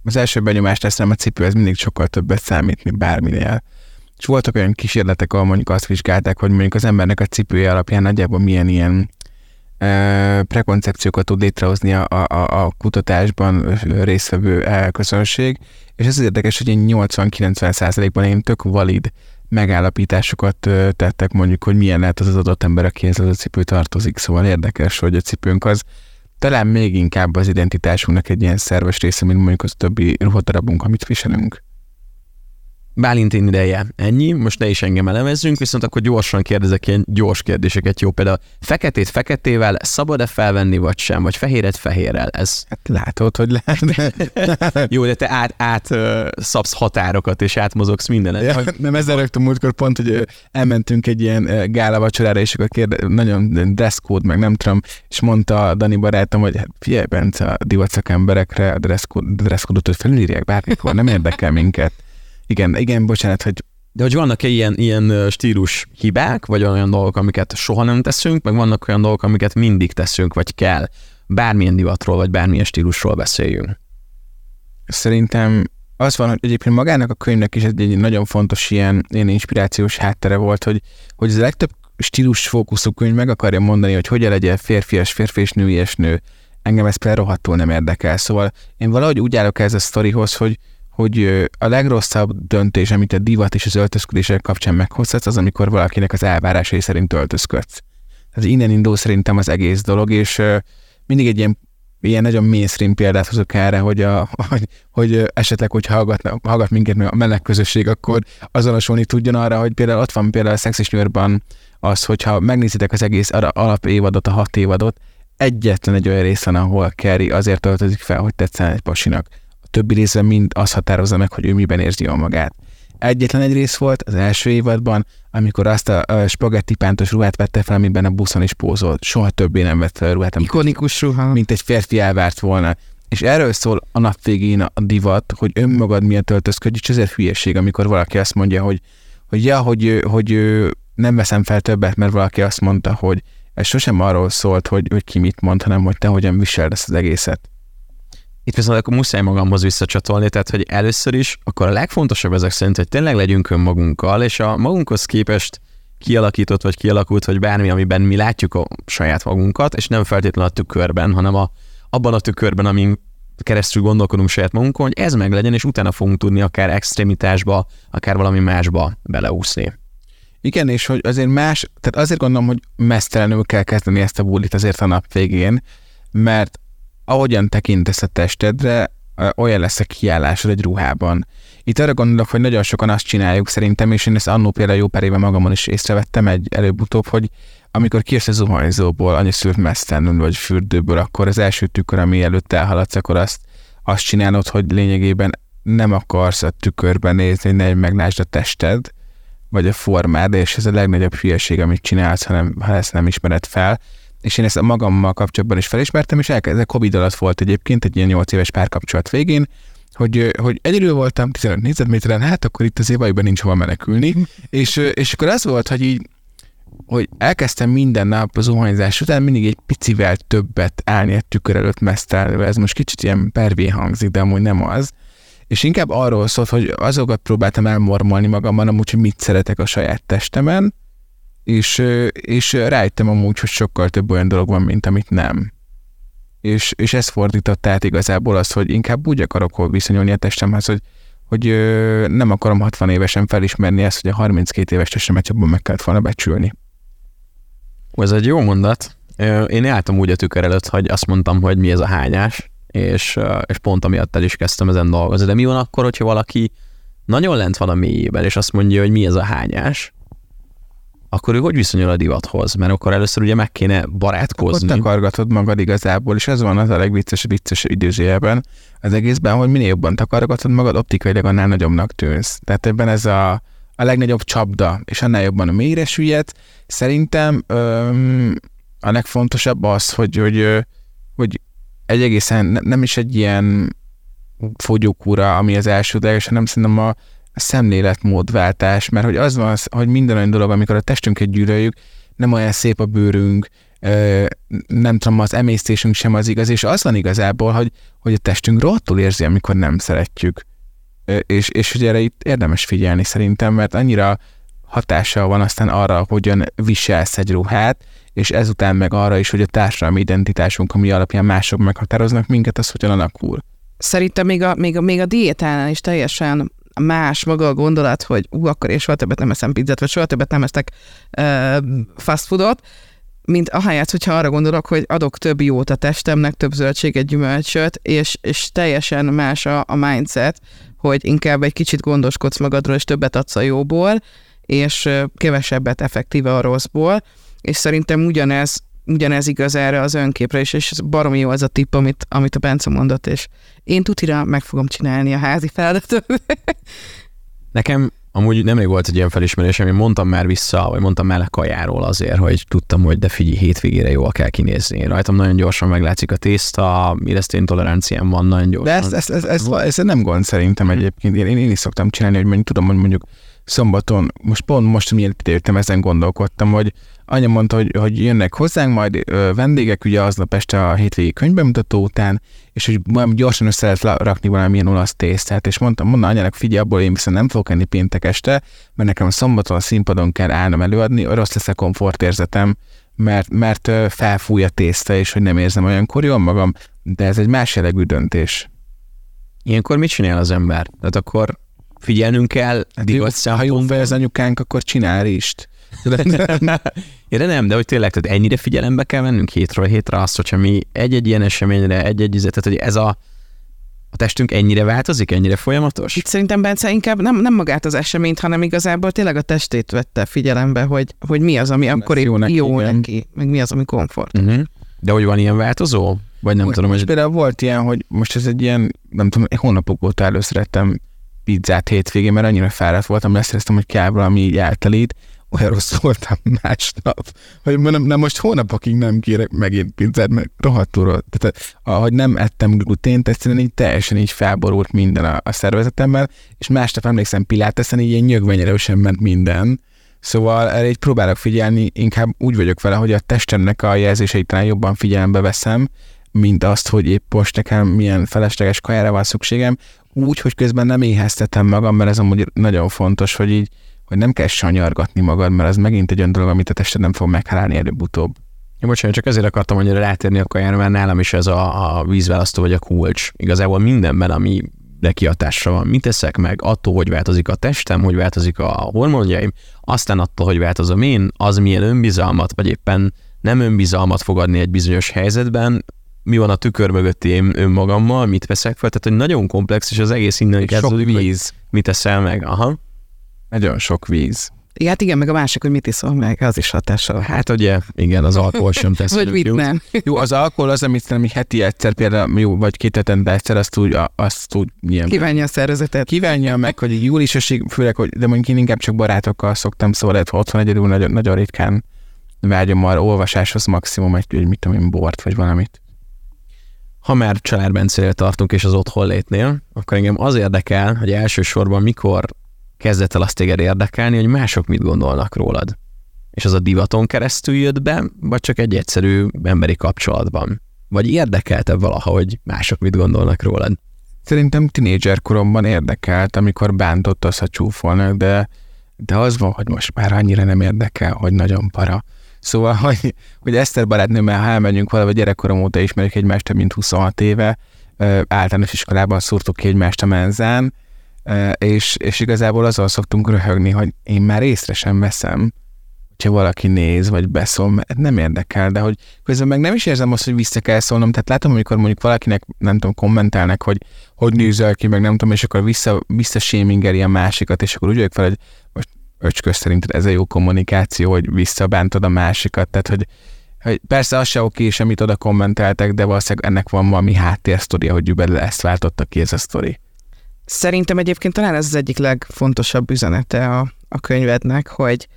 az első benyomást lesz, nem a cipő, ez mindig sokkal többet számít, mint bárminél. És voltak olyan kísérletek, ahol mondjuk azt vizsgálták, hogy mondjuk az embernek a cipője alapján nagyjából milyen ilyen e, prekoncepciókat tud létrehozni a, a, a kutatásban résztvevő közönség, és ez az érdekes, hogy nyolcvan-kilencven százalékban én tök valid megállapításokat tettek mondjuk, hogy milyen lehet az az adott ember, akihez az a cipő tartozik. Szóval érdekes, hogy a cipőnk az talán még inkább az identitásunknak egy ilyen szerves része, mint mondjuk az többi ruhadarabunk, amit viselünk. Bálintin ideje ennyi, most ne is engem elemezzünk, viszont akkor gyorsan kérdezek ilyen gyors kérdéseket, jó? Például feketét feketével szabad-e felvenni, vagy sem? Vagy fehéret fehérrel? Ez... Hát látod, hogy lehet. Jó, de te át, át uh, szabsz határokat, és átmozogsz mindenet. Ja, nem ezzel rögtön múltkor pont, hogy elmentünk egy ilyen gála vacsorára, és akkor kérde, nagyon dresscode, meg nem tudom, és mondta Dani barátom, hogy hát figyelj, Bence, a divatszakemberekre a dresscode-ot felülírják bármikor, nem érdekel minket. Igen, igen, bocsánat, hogy... De hogy vannak-e ilyen, ilyen stílus hibák, vagy olyan dolgok, amiket soha nem teszünk, meg vannak olyan dolgok, amiket mindig teszünk, vagy kell, bármilyen divatról, vagy bármilyen stílusról beszéljünk? Szerintem az van, hogy egyébként magának a könyvnek is egy, egy nagyon fontos ilyen, ilyen inspirációs háttere volt, hogy, hogy az a legtöbb stílus fókuszú könyv meg akarja mondani, hogy hogyan legyen férfias, férfi és nőies nő. Engem ez például rohadtul nem érdekel. Szóval én valahogy úgy állok ez a sztorihoz, hogy hogy a legrosszabb döntés, amit a divat és az öltözködések kapcsán meghozhatsz, az, amikor valakinek az elvárásai szerint öltözködsz. Tehát innen indul szerintem az egész dolog, és mindig egy ilyen, ilyen nagyon mainstream példát hozok erre, hogy, a, hogy, hogy esetleg, hogy hallgat, hallgat minket a meleg közösség, akkor azonosulni tudjon arra, hogy például ott van például a Sex és New Yorkban az, hogyha megnézitek az egész alapévadot, a hat évadot, egyetlen egy olyan rész van, ahol Carrie azért öltözik fel, hogy tetszen egy pasinak. Többi részben mind azt határozza meg, hogy ő miben érzi jól magát. Egyetlen egy rész volt az első évadban, amikor azt a, a spagetti pántos ruhát vette fel, amiben a buszon is pózolt. Soha többé nem vett fel a ruhát. Ikonikus ruha. Mint egy férfi elvárt volna. És erről szól a nap végén a divat, hogy önmagad miatt öltözködj, és ezért hülyeség, amikor valaki azt mondja, hogy, hogy ja, hogy, hogy nem veszem fel többet, mert valaki azt mondta, hogy ez sosem arról szólt, hogy, hogy ki mit mond, hanem hogy te hogyan viseld ezt az egészet. Itt viszont akkor muszáj magamhoz visszacsatolni, tehát hogy először is, akkor a legfontosabb ezek szerint, hogy tényleg legyünk önmagunkkal, és a magunkhoz képest kialakított vagy kialakult, vagy bármi, amiben mi látjuk a saját magunkat, és nem feltétlenül a tükörben, hanem a, abban a tükörben, amin keresztül gondolkodunk saját magunkon, hogy ez meg legyen, és utána fogunk tudni akár extremitásba, akár valami másba beleúszni. Igen, és hogy azért más, tehát azért gondolom, hogy mesztelenül kell kezdeni ezt a bulit azért a nap végén, mert ahogyan tekintesz a testedre, olyan lesz a kiállásod egy ruhában. Itt arra gondolok, hogy nagyon sokan azt csináljuk szerintem, és én ezt annó például jó pár éve magamon is észrevettem egy előbb-utóbb, hogy amikor kijössz a zuhanyzóból, anyaszült mesztelenül vagy fürdőből, akkor az első tükör, ami előtt elhaladsz, akkor azt, azt csinálod, hogy lényegében nem akarsz a tükörben nézni, hogy ne meglásd a tested, vagy a formád, és ez a legnagyobb hülyeség, amit csinálsz, hanem, ha ezt nem ismered fel. És én ezt a magammal kapcsolatban is felismertem, és elkezdve Covid alatt volt egyébként egy ilyen nyolc éves párkapcsolat végén, hogy, hogy egyedül voltam tizenöt négyzetméteren, hát akkor itt az évaiban nincs hova menekülni, és, és akkor az volt, hogy így, hogy elkezdtem minden nap az zuhanyzás után mindig egy picivel többet állni egy tükör előtt mesztelve, ez most kicsit ilyen pervé hangzik, de amúgy nem az. És inkább arról szólt, hogy azokat próbáltam elmormolni magamban, amúgy, hogy mit szeretek a saját testemen, és, és rájöttem amúgy, hogy sokkal több olyan dolog van, mint amit nem. És, és ez fordított át igazából azt, hogy inkább úgy akarok viszonyulni a testemhez, hogy, hogy nem akarom hatvan évesen felismerni ezt, hogy a harminckét éves testemet jobban meg kellett volna becsülni. Ez egy jó mondat. Én álltam úgy a tükör előtt, hogy azt mondtam, hogy mi ez a hányás, és, és pont amiatt el is kezdtem ezen dolgozni. De mi van akkor, hogyha valaki nagyon lent van a mélyében, és azt mondja, hogy mi ez a hányás, akkor ő hogy viszonyul a divathoz? Mert akkor először ugye meg kéne barátkozni. Ott takargatod magad igazából, és ez van az a legvicces vicces időzőjelben az egészben, hogy minél jobban takargatod magad, optikailag annál nagyobbnak tűnsz. Tehát ebben ez a, a legnagyobb csapda, és annál jobban a mélyre süllyed. Szerintem öm, a legfontosabb az, hogy, hogy, hogy egy egészen nem is egy ilyen fogyókúra, ami az elsődleges, hanem szerintem a a szemléletmódváltás, mert hogy az van, hogy minden olyan dolog, amikor a testünket gyűlöljük, nem olyan szép a bőrünk, ö, nem tudom, az emésztésünk sem az igaz, és az van igazából, hogy, hogy a testünk rohadtul érzi, amikor nem szeretjük. Ö, és, és hogy erre itt érdemes figyelni szerintem, mert annyira hatással van aztán arra, hogyan viselsz egy ruhát, és ezután meg arra is, hogy a társadalmi identitásunk, ami alapján mások meghatároznak minket, az hogyan alakul. Szerintem még a, még a, még a diétánál is teljesen más maga a gondolat, hogy ú, akkor én soha többet nem eszem pizzát, vagy soha többet nem eszek uh, fast foodot, mint ahelyett, hogyha arra gondolok, hogy adok több jót a testemnek, több zöldséget, gyümölcsöt, és, és teljesen más a, a mindset, hogy inkább egy kicsit gondoskodsz magadról, és többet adsz a jóból, és kevesebbet effektíve a rosszból, és szerintem ugyanez, ugyanez igaz erre az önképre is, és ez baromi jó az a tipp, amit, amit a Bence mondott, és én tutira meg fogom csinálni a házi feladatot. Nekem amúgy nemrég volt egy ilyen felismerésem, én mondtam már vissza, vagy mondtam már a kajáról azért, hogy tudtam, hogy de figyelj, hétvégére jól kell kinézni. Rajtam nagyon gyorsan meglátszik a tészta, éreztén toleranciám van nagyon gyorsan. De ez, ez, ez, ez, ez, ez nem gond szerintem egyébként. Én, én is szoktam csinálni, hogy mondjuk tudom, hogy mondjuk szombaton, most pont most, miért jöttem, ezen gondolkodtam, hogy anya mondta, hogy, hogy jönnek hozzánk majd ö, vendégek, ugye aznap este a hétvégi könyvbemutató után, és hogy valami gyorsan össze lehet rakni valamilyen olasz tésztát, és mondtam, mondta anyának, figyelj, abból én viszont nem fogok enni péntek este, mert nekem a szombaton a színpadon kell állnom előadni, rossz lesz a komfortérzetem, mert, mert felfúj a tészta, és hogy nem érzem olyankor jól magam, de ez egy más jellegű döntés. Ilyenkor mit csinál az ember? Tehát akkor figyelnünk kell. Hát, ha jól fel az anyukánk, akkor csinál rist. Ja, de nem, de hogy tényleg, tehát ennyire figyelembe kell vennünk hétről hétre azt, hogyha mi egy-egy ilyen eseményre, egy-egy izet, tehát hogy ez a, a testünk ennyire változik, ennyire folyamatos? Itt szerintem Bence inkább nem, nem magát az eseményt, hanem igazából tényleg a testét vette figyelembe, hogy, hogy mi az, ami akkor jó neki, jó neki, meg mi az, ami komfort. Uh-huh. De hogy van ilyen változó? Vagy nem most, tudom, most hogy... például volt ilyen, hogy most ez egy ilyen, nem tudom, hónapok óta először ettem pizzát hétvégén, mert annyira fáradt voltam, leszereztem, hogy kell valami így eltelít, olyan rossz voltam másnap, hogy mondom, na most hónapokig nem kérek megint pizzát, mert rohadtul rossz. Tehát ahogy nem ettem glutént, egyszerűen így teljesen így felborult minden a, a szervezetemmel, és másnap emlékszem Piláteszen, így ilyen nyögvenyerősen ment minden. Szóval erre így próbálok figyelni, inkább úgy vagyok vele, hogy a testemnek a jelzéseit talán jobban figyelembe veszem, mint azt, hogy épp most nekem milyen felesleges kajára van szükségem, úgy, hogy közben nem éheztetem magam, mert ez amúgy nagyon fontos, hogy így, hogy nem kell sanyargatni magad, mert az megint egy olyan dolog, amit a tested nem fog meghalálni előbb-utóbb. Ja, bocsánat, csak ezért akartam annyira rátérni a kajára, mert nálam is ez a, a vízválasztó vagy a kulcs. Igazából mindenben, ami kihatásra van. Mit teszek meg? Attól, hogy változik a testem, hogy változik a hormonjaim, aztán attól, hogy változom én, az milyen önbizalmat, vagy éppen nem önbizalmat fog adni egy bizonyos helyzetben, mi van a tükör mögötti én önmagammal, mit veszek fel, tehát hogy nagyon komplex, és az egész innen kezdődik, víz. Mit teszel meg. Aha. Nagyon sok víz. Ja, hát igen, meg a másik, hogy mit iszol meg, az is hatással. Hát ugye, igen, az alkohol sem tesz. Vagy mit nem. Jó, az alkohol az, amit szerintem heti egyszer, például jó, vagy két hetente egyszer, azt úgy, azt úgy ilyen. Kívánja a szervezetet. Kívánja meg, hogy júliusosig, főleg, hogy, de mondjuk én inkább csak barátokkal szoktam, szóval lehet, ha otthon egyedül nagyon, nagyon ritkán vágyom arra olvasáshoz maximum egy, egy mit tudom én, bort, vagy valamit. Ha már Csalár Bencénél tartunk, és az otthonlétnél, akkor engem az érdekel, hogy elsősorban mikor kezdett el azt téged érdekelni, hogy mások mit gondolnak rólad. És az a divaton keresztül jött be, vagy csak egy egyszerű emberi kapcsolatban? Vagy érdekelte valaha, hogy mások mit gondolnak rólad? Szerintem tinédzser koromban érdekelt, amikor bántott az, ha csúfolnak, de, de az van, hogy most már annyira nem érdekel, hogy nagyon para. Szóval, hogy, hogy Eszter barátnőmmel, ha elmegyünk valahol, gyerekkorom óta ismerjük egymást több mint huszonhat éve, általános iskolában szúrtuk ki egymást a menzán, és, és igazából azon szoktunk röhögni, hogy én már észre sem veszem, hogyha valaki néz, vagy beszól, mert nem érdekel, de hogy közben meg nem is érzem azt, hogy vissza kell szólnom, tehát látom, amikor mondjuk valakinek, nem tudom, kommentálnak, hogy hogy nézel ki, meg nem tudom, és akkor vissza, visszasémingeli a másikat, és akkor úgy vagyok fel, hogy most öcskös szerinted ez a jó kommunikáció, hogy visszabántod a másikat, tehát hogy, hogy persze az se oké, semmit oda kommenteltek, de valószínűleg ennek van valami háttérsztoria, hogy belőle ezt váltotta ki ez a sztori. Szerintem egyébként talán ez az egyik legfontosabb üzenete a, a könyvednek, hogy,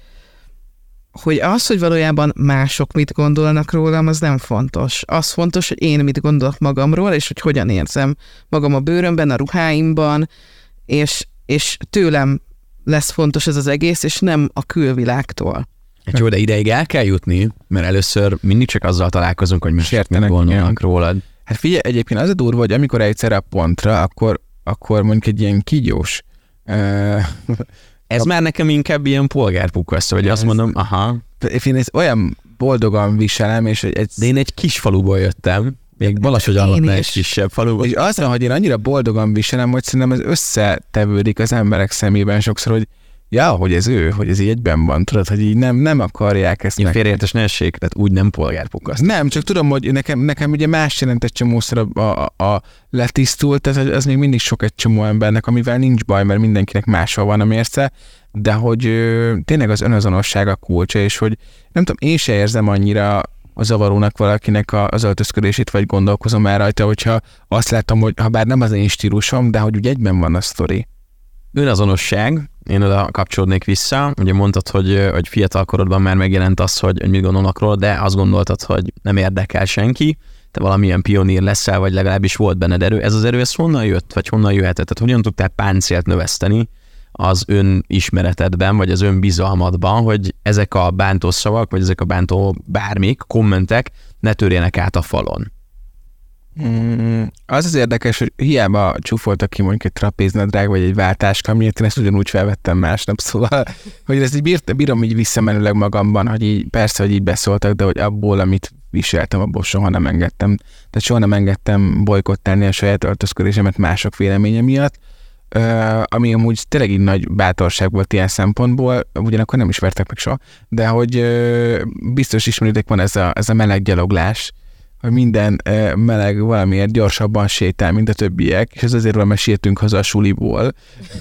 hogy az, hogy valójában mások mit gondolnak rólam, az nem fontos. Az fontos, hogy én mit gondolok magamról, és hogy hogyan érzem magam a bőrömben, a ruháimban, és, és tőlem lesz fontos ez az egész, és nem a külvilágtól. Hát jó, de ideig el kell jutni, mert először mindig csak azzal találkozunk, hogy most mit gondolnak rólad. Hát figyelj, egyébként az a durva, hogy amikor eljutsz erre a pontra, akkor, akkor mondjuk egy ilyen kígyós. Uh, ez a... már nekem inkább ilyen polgárpukasz, vagy azt mondom, aha. Én ezt olyan boldogan viselem, és egy... De én egy kis faluból jöttem, még Balassagyarmatnál egy kisebb faluból. És az van, hogy én annyira boldogan viselem, hogy szerintem ez összetevődik az emberek szemében sokszor, hogy ja, hogy ez ő, hogy ez így egyben van, tudod, hogy így nem, nem akarják ezt. Ilyen félreértés ne essék, tehát úgy nem polgárpukasz. Nem, csak tudom, hogy nekem, nekem ugye más jelent egy csomószor a, a, a letisztult, tehát az még mindig sok egy csomó embernek, amivel nincs baj, mert mindenkinek máshol van a mérce, de hogy ö, tényleg az önazonosság a kulcsa, és hogy nem tudom, én se érzem annyira a zavarónak valakinek a, az öltözködését, vagy gondolkozom el rajta, hogyha azt látom, hogy ha bár nem az én stílusom, de hogy úgy egyben van a sztori. Önazonosság, én oda kapcsolódnék vissza, ugye mondtad, hogy, hogy fiatal korodban már megjelent az, hogy, hogy mit gondolnak róla, de azt gondoltad, hogy nem érdekel senki, te valamilyen pionír leszel, vagy legalábbis volt benned erő. Ez az erő, ez honnan jött, vagy honnan jöhetett? Tehát hogyan tudtál páncélt növeszteni az önismeretedben, vagy az önbizalmadban, hogy ezek a bántó szavak, vagy ezek a bántó bármik, kommentek ne törjenek át a falon? Mm, az az érdekes, hogy hiába csúfoltak ki mondjuk egy trapéznadrág, vagy egy váltáska, miért én ezt ugyanúgy felvettem másnap, szóval, hogy ezt így bírt, bírom így visszamenőleg magamban, hogy így persze, hogy így beszóltak, de hogy abból, amit viseltem, abból soha nem engedtem. Tehát soha nem engedtem bolykottálni a saját öltözködésemet mások véleménye miatt, Uh, ami amúgy tényleg így nagy bátorság volt ilyen szempontból, ugyanakkor nem is vertek meg soha, de hogy uh, biztos ismeritek, van ez a, ez a meleg gyaloglás, hogy minden uh, meleg valamiért gyorsabban sétál, mint a többiek, és ez azért van, mert sietünk haza a suliból.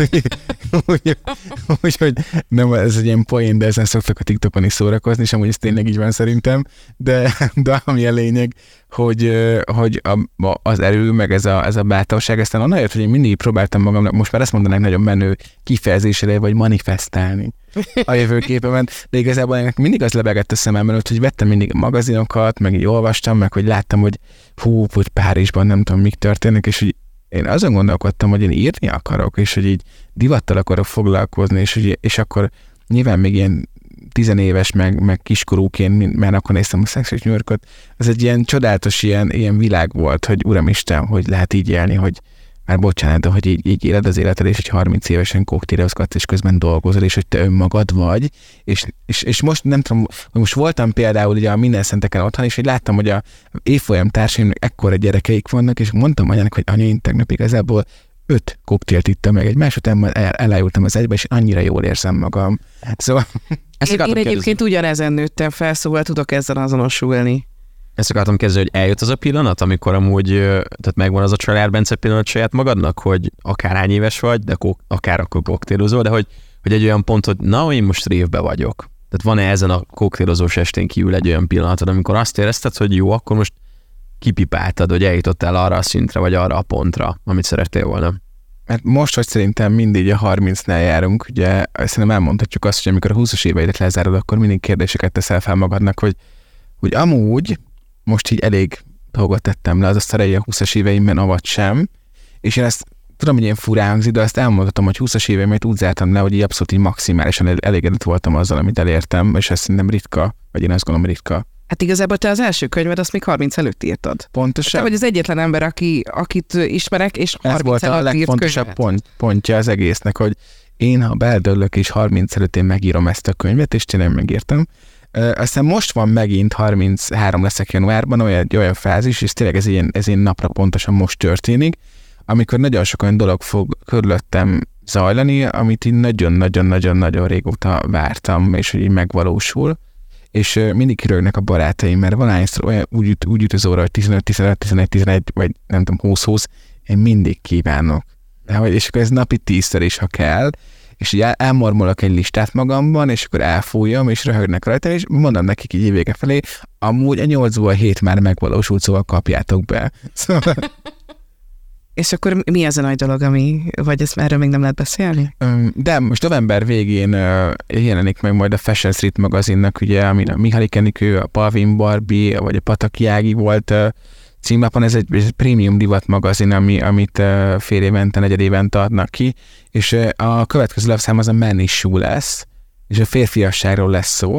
Úgyhogy úgy, nem, ez egy ilyen poén, de ezen szoktak a TikTokon is szórakozni, és amúgy ez tényleg így van szerintem, de, de ami a lényeg, hogy, hogy a, az erő, meg ez a, ez a bátorság, aztán onnan jött, hogy én mindig próbáltam magamnak, most már ezt mondanák nagyon menő kifejezésre, vagy manifestálni a jövőképemen, de igazából ennek mindig az lebegett a szemem előtt, hogy vettem mindig magazinokat, meg így olvastam, meg hogy láttam, hogy hú, hogy Párizsban nem tudom, mik történnek, és hogy én azon gondolkodtam, hogy én írni akarok, és hogy így divattal akarok foglalkozni, és, hogy, és akkor nyilván még ilyen tizenéves, meg, meg kiskorúként, mert akkor néztem a Sex és New Yorkot, ez egy ilyen csodálatos ilyen, ilyen világ volt, hogy uramisten, hogy lehet így élni, hogy már bocsánat, de hogy így, így éled az életed, és egy harminc évesen koktélozgatsz, és közben dolgozol, és hogy te önmagad vagy, és, és, és most nem tudom, hogy most voltam például ugye a Minden Szenteken otthon, és hogy láttam, hogy a évfolyam társaimnak ekkora gyerekeik vannak, és mondtam anyának, hogy anya, én tegnap igazából öt koktélt ittam meg egymás után, el, elájultam az egybe, és annyira jól érzem magam. Szóval... Ezt én, én egyébként ugyanezen nőttem fel, szóval tudok ezzel azonosulni. Ezt akartam kezdeni, hogy eljött az a pillanat, amikor amúgy, tehát megvan az a Csalár Bence pillanat saját magadnak, hogy akárhány éves vagy, de kok, akár akkor koktélozol, de hogy, hogy egy olyan pont, hogy na, én most révbe vagyok. Tehát van-e ezen a koktélozós estén kívül egy olyan pillanatod, amikor azt érezted, hogy jó, akkor most kipipáltad, hogy eljutottál arra a szintre, vagy arra a pontra, amit szerettél volna? Mert most, hogy szerintem mindig a harmincnál járunk, ugye szerintem elmondhatjuk azt, hogy amikor a húszas éveidet lezárod, akkor mindig kérdéseket teszel fel magadnak, hogy, hogy amúgy most így elég dolgot tettem le az a szerei a húszas éveimben, avagy sem, és én ezt tudom, hogy ilyen furán hangzik, de azt elmondhatom, hogy húszas éveimet úgy zártam le, hogy így abszolút így maximálisan elégedett voltam azzal, amit elértem, és ez szerintem ritka, vagy én azt gondolom ritka. Hát igazából te az első könyved, azt még harminc előtt írtad. Pontosan. Te vagy az egyetlen ember, aki, akit ismerek, és ez volt a legfontosabb pont, pontja az egésznek, hogy én, ha beledöllök, és harminc előtt én megírom ezt a könyvet, és tényleg megírtam. Uh, aztán most van megint harminchárom leszek januárban, olyan, olyan fázis, és tényleg ez ilyen, ez ilyen napra pontosan most történik, amikor nagyon sok olyan dolog fog körülöttem zajlani, amit így nagyon-nagyon-nagyon-nagyon régóta vártam, és hogy így megvalósul. És uh, mindig kirögnek a barátaim, mert valahányszor olyan úgy, jut, úgy jut az óra, hogy tizenöt, tizenöt, tizenegy, tizenegy, vagy nem tudom, húsz, húsz, én mindig kívánok. De, hogy, és akkor ez napi tízszer is, ha kell, és így elmormolok egy listát magamban, és akkor elfújom, és röhögnek rajta, és mondom nekik így vége felé, amúgy a nyolcból hét már megvalósult, szóval kapjátok be. Szóval... És akkor mi ez a nagy dolog, ami, vagy ezt erről még nem lehet beszélni? De most november végén uh, jelenik meg majd a Fashion Street magazinnak, ugye, amin a Mihály Kenikő, a Palvin Barbie, vagy a Pataki Ági volt uh, címlapon, ez egy, egy prémium divat magazin, ami, amit uh, fél évente, negyed évente adnak ki, és uh, a következő lapszám az a Men Issue lesz, és a férfiasságról lesz szó,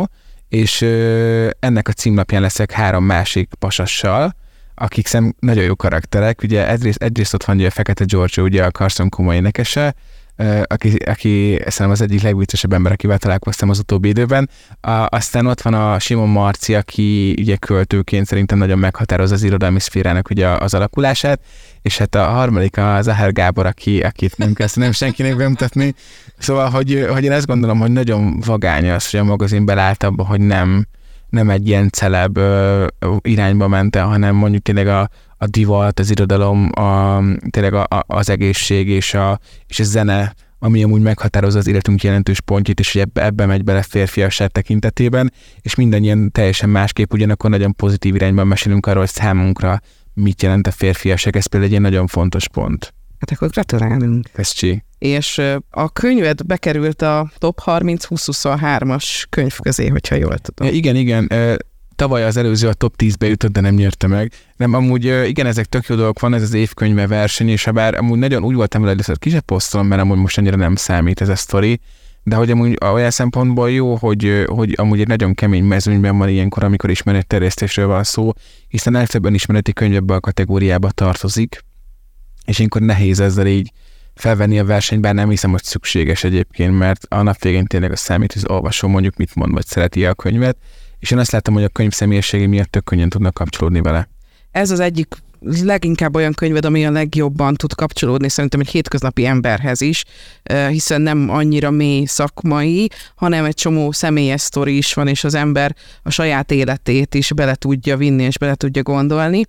és ö, ennek a címlapján leszek három másik pasassal, akik szem nagyon jó karakterek. Ugye egyrészt, egyrészt ott van ugye a Fekete Giorgio, ugye a Carson Kuma énekese, aki, aki szerintem az egyik legviccesebb ember, akivel találkoztam az utóbbi időben. A, aztán ott van a Simon Marci, aki ugye költőként szerintem nagyon meghatároz az irodalmi szférának ugye az alakulását, és hát a harmadik a Zahár Gábor, aki, akit nem kell nem senkinek bemutatni. Szóval, hogy, hogy én azt gondolom, hogy nagyon vagány az, hogy a magazin belállt abba, hogy nem, nem egy ilyen celeb ö, irányba ment el, hanem mondjuk tényleg a, a divat, az irodalom, a, tényleg a, a, az egészség és a, és a zene, ami amúgy meghatározza az életünk jelentős pontját, és hogy ebbe, ebbe megy bele férfiasság tekintetében, és mindannyian teljesen másképp, ugyanakkor nagyon pozitív irányban mesélünk arról, hogy számunkra mit jelent a férfiasság, ez például egy ilyen nagyon fontos pont. Hát akkor gratulálunk. Köszönjük. És a könyved bekerült a top harminc húsz huszonhármas könyv közé, hogyha jól tudom. Ja, igen, igen. Tavaly az előző a top tízbe jutott, de nem nyerte meg. Nem, amúgy igen, ezek tök jó dolgok van, ez az évkönyve verseny, és ha bár amúgy nagyon úgy voltam vele, először ki se posztolom, mert amúgy most annyira nem számít ez a sztori, de hogy amúgy olyan szempontból jó, hogy, hogy amúgy egy nagyon kemény mezőnyben van ilyenkor, amikor ismeretterjesztésről van szó, hiszen legtöbben ismereti könyv ebbe a kategóriába tartozik, és ilyenkor nehéz ezzel így felvenni a versenyt, bár nem hiszem, hogy szükséges egyébként, mert a nap végén tényleg az számít, hogy az olvasó mondjuk mit mond, vagy szereti a könyvet, és én azt láttam, hogy a könyv személyisége miatt tök könnyen tudnak kapcsolódni vele. Ez az egyik leginkább olyan könyved, ami a legjobban tud kapcsolódni szerintem egy hétköznapi emberhez is, hiszen nem annyira mély szakmai, hanem egy csomó személyes sztori is van, és az ember a saját életét is bele tudja vinni, és bele tudja gondolni.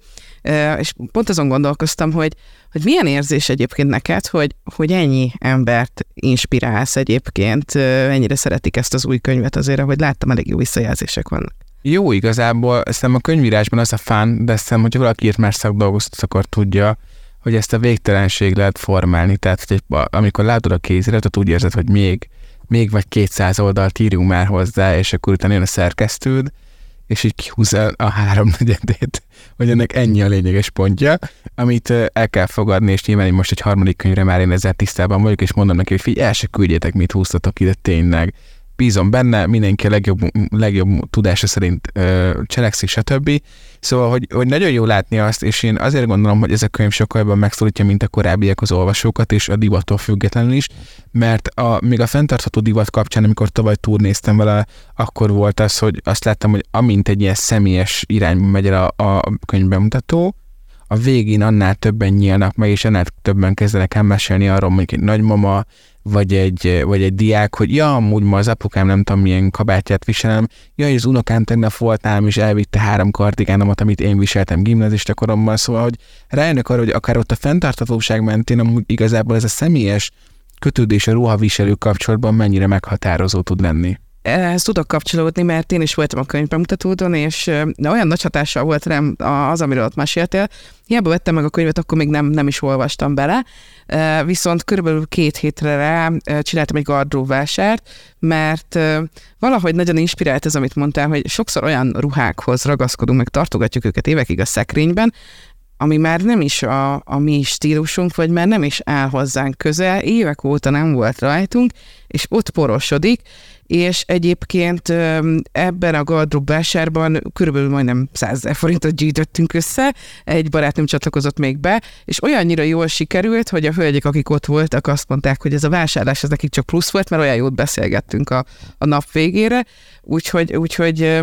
És pont azon gondolkoztam, hogy, hogy milyen érzés egyébként neked, hogy, hogy ennyi embert inspirálsz egyébként, ennyire szeretik ezt az új könyvet azért, ahogy láttam, elég jó visszajelzések vannak. Jó, igazából szerintem a könyvírásban az a fán, de szerintem, hogyha valaki írt más szakdolgozatot, akkor tudja, hogy ezt a végtelenség lehet formálni. Tehát, hogy amikor látod a kéziratot, úgy érzed, hogy még, még vagy kétszáz oldalt írjunk már hozzá, és akkor utána jön a szerkesztőd, és így kihúzza a háromnegyedét, hogy ennek ennyi a lényeges pontja, amit el kell fogadni, és nyilván most egy harmadik könyvre már én ezzel tisztában vagyok, és mondom neki, hogy figyelj, el se küldjétek, mit húztatok ide tényleg. Bízom benne, mindenki a legjobb, legjobb tudása szerint ö, cselekszik, stb. Szóval, hogy, hogy nagyon jó látni azt, és én azért gondolom, hogy ez a könyv sokkal jobban megszólítja, mint a korábbiak az olvasókat, és a divattól függetlenül is, mert a, még a fenntartható divat kapcsán, amikor tavaly turnéztem vele, akkor volt az, hogy azt láttam, hogy amint egy ilyen személyes irányba megy el a, a könyvbemutató, a végén annál többen nyílnak meg, és annál többen kezdenek el mesélni arról, mondjuk egy nagymama, vagy egy, vagy egy diák, hogy ja, amúgy ma az apukám nem tudom milyen kabátját viselem, ja, és az unokám tegnap volt nálam, és elvitte három kardigánomat, amit én viseltem gimnazista koromban, szóval, hogy rájönnek arra, hogy akár ott a fenntarthatóság mentén amúgy igazából ez a személyes kötődés a ruhaviselő kapcsolatban mennyire meghatározó tud lenni. Ehhez tudok kapcsolódni, mert én is voltam a könyvbemutatódon, és olyan nagy hatással volt rám az, amiről ott meséltél. Hiába vettem meg a könyvet, akkor még nem, nem is olvastam bele, viszont körülbelül két hétre rá csináltam egy gardróbvásárt, mert valahogy nagyon inspirált ez, amit mondtál, hogy sokszor olyan ruhákhoz ragaszkodunk, meg tartogatjuk őket évekig a szekrényben, ami már nem is a, a mi stílusunk, vagy már nem is áll hozzánk közel, évek óta nem volt rajtunk, és ott porosodik, és egyébként ebben a gardrób vásárban körülbelül majdnem százezer forintot gyűjtöttünk össze, egy barátnőm csatlakozott még be, és olyannyira jól sikerült, hogy a hölgyek, akik ott voltak, azt mondták, hogy ez a vásárlás ez nekik csak plusz volt, mert olyan jót beszélgettünk a, a nap végére, úgyhogy, úgyhogy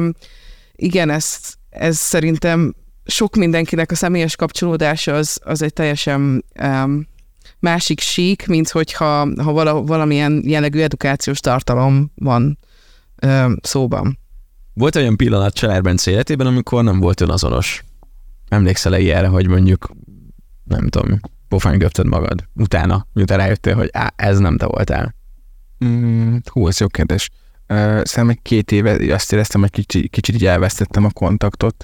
igen, ez, ez szerintem sok mindenkinek a személyes kapcsolódása az, az egy teljesen um, másik sík, mint hogyha ha vala, valamilyen jellegű edukációs tartalom van um, szóban. Volt olyan pillanat Cseller Bence életében, amikor nem volt önazonos. Emlékszel-e ilyenre, hogy mondjuk, nem tudom, pofán göptöd magad utána, miután rájöttél, hogy á, ez nem te voltál? Mm, hú, ez jó kérdés. Uh, Szerintem egy két éve azt éreztem, hogy kicsit, kicsit így elvesztettem a kontaktot.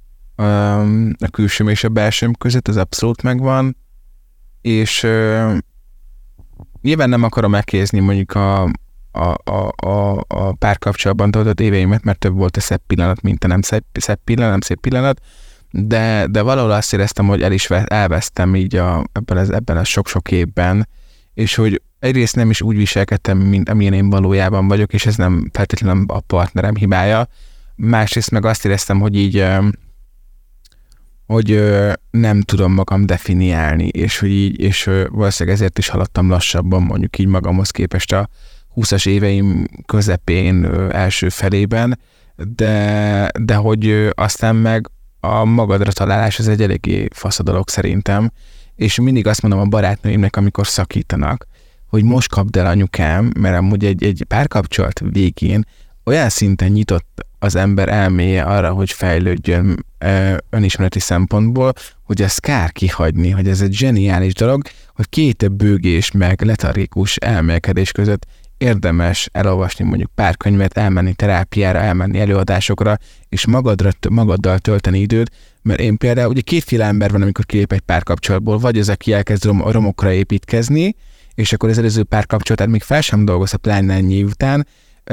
A külsőm és a belsőm között, az abszolút megvan, és uh, nyilván nem akarom elkézni mondjuk a, a, a, a, a párkapcsolatban töltött éveimet, mert több volt a szebb pillanat, mint a nem szebb, szebb pillanat, nem szép pillanat, de, de valahol azt éreztem, hogy el is elvesztem így a, ebben, az, ebben a sok-sok évben, és hogy egyrészt nem is úgy viselkedtem, mint amilyen én valójában vagyok, és ez nem feltétlenül a partnerem hibája. Másrészt meg azt éreztem, hogy így hogy nem tudom magam definiálni, és hogy így, és valószínűleg ezért is haladtam lassabban, mondjuk így magamhoz képest a húszas éveim közepén, első felében, de, de hogy aztán meg a magadra találás az egy eléggé fasz a dolog szerintem, és mindig azt mondom a barátnőimnek, amikor szakítanak, hogy most kapd el anyukám, mert amúgy egy, egy párkapcsolat végén olyan szinten nyitott az ember elméje arra, hogy fejlődjön önismereti szempontból, hogy ezt kár kihagyni, hogy ez egy zseniális dolog, hogy két bőgés meg letargikus elmélkedés között érdemes elolvasni mondjuk pár könyvet, elmenni terápiára, elmenni előadásokra, és magadra, magaddal tölteni időt, mert én például, ugye kétféle ember van, amikor kilép egy párkapcsolatból, vagy az, aki elkezd rom- romokra építkezni, és akkor az előző párkapcsolatát még fel sem dolgoz a pláne ennyi év után,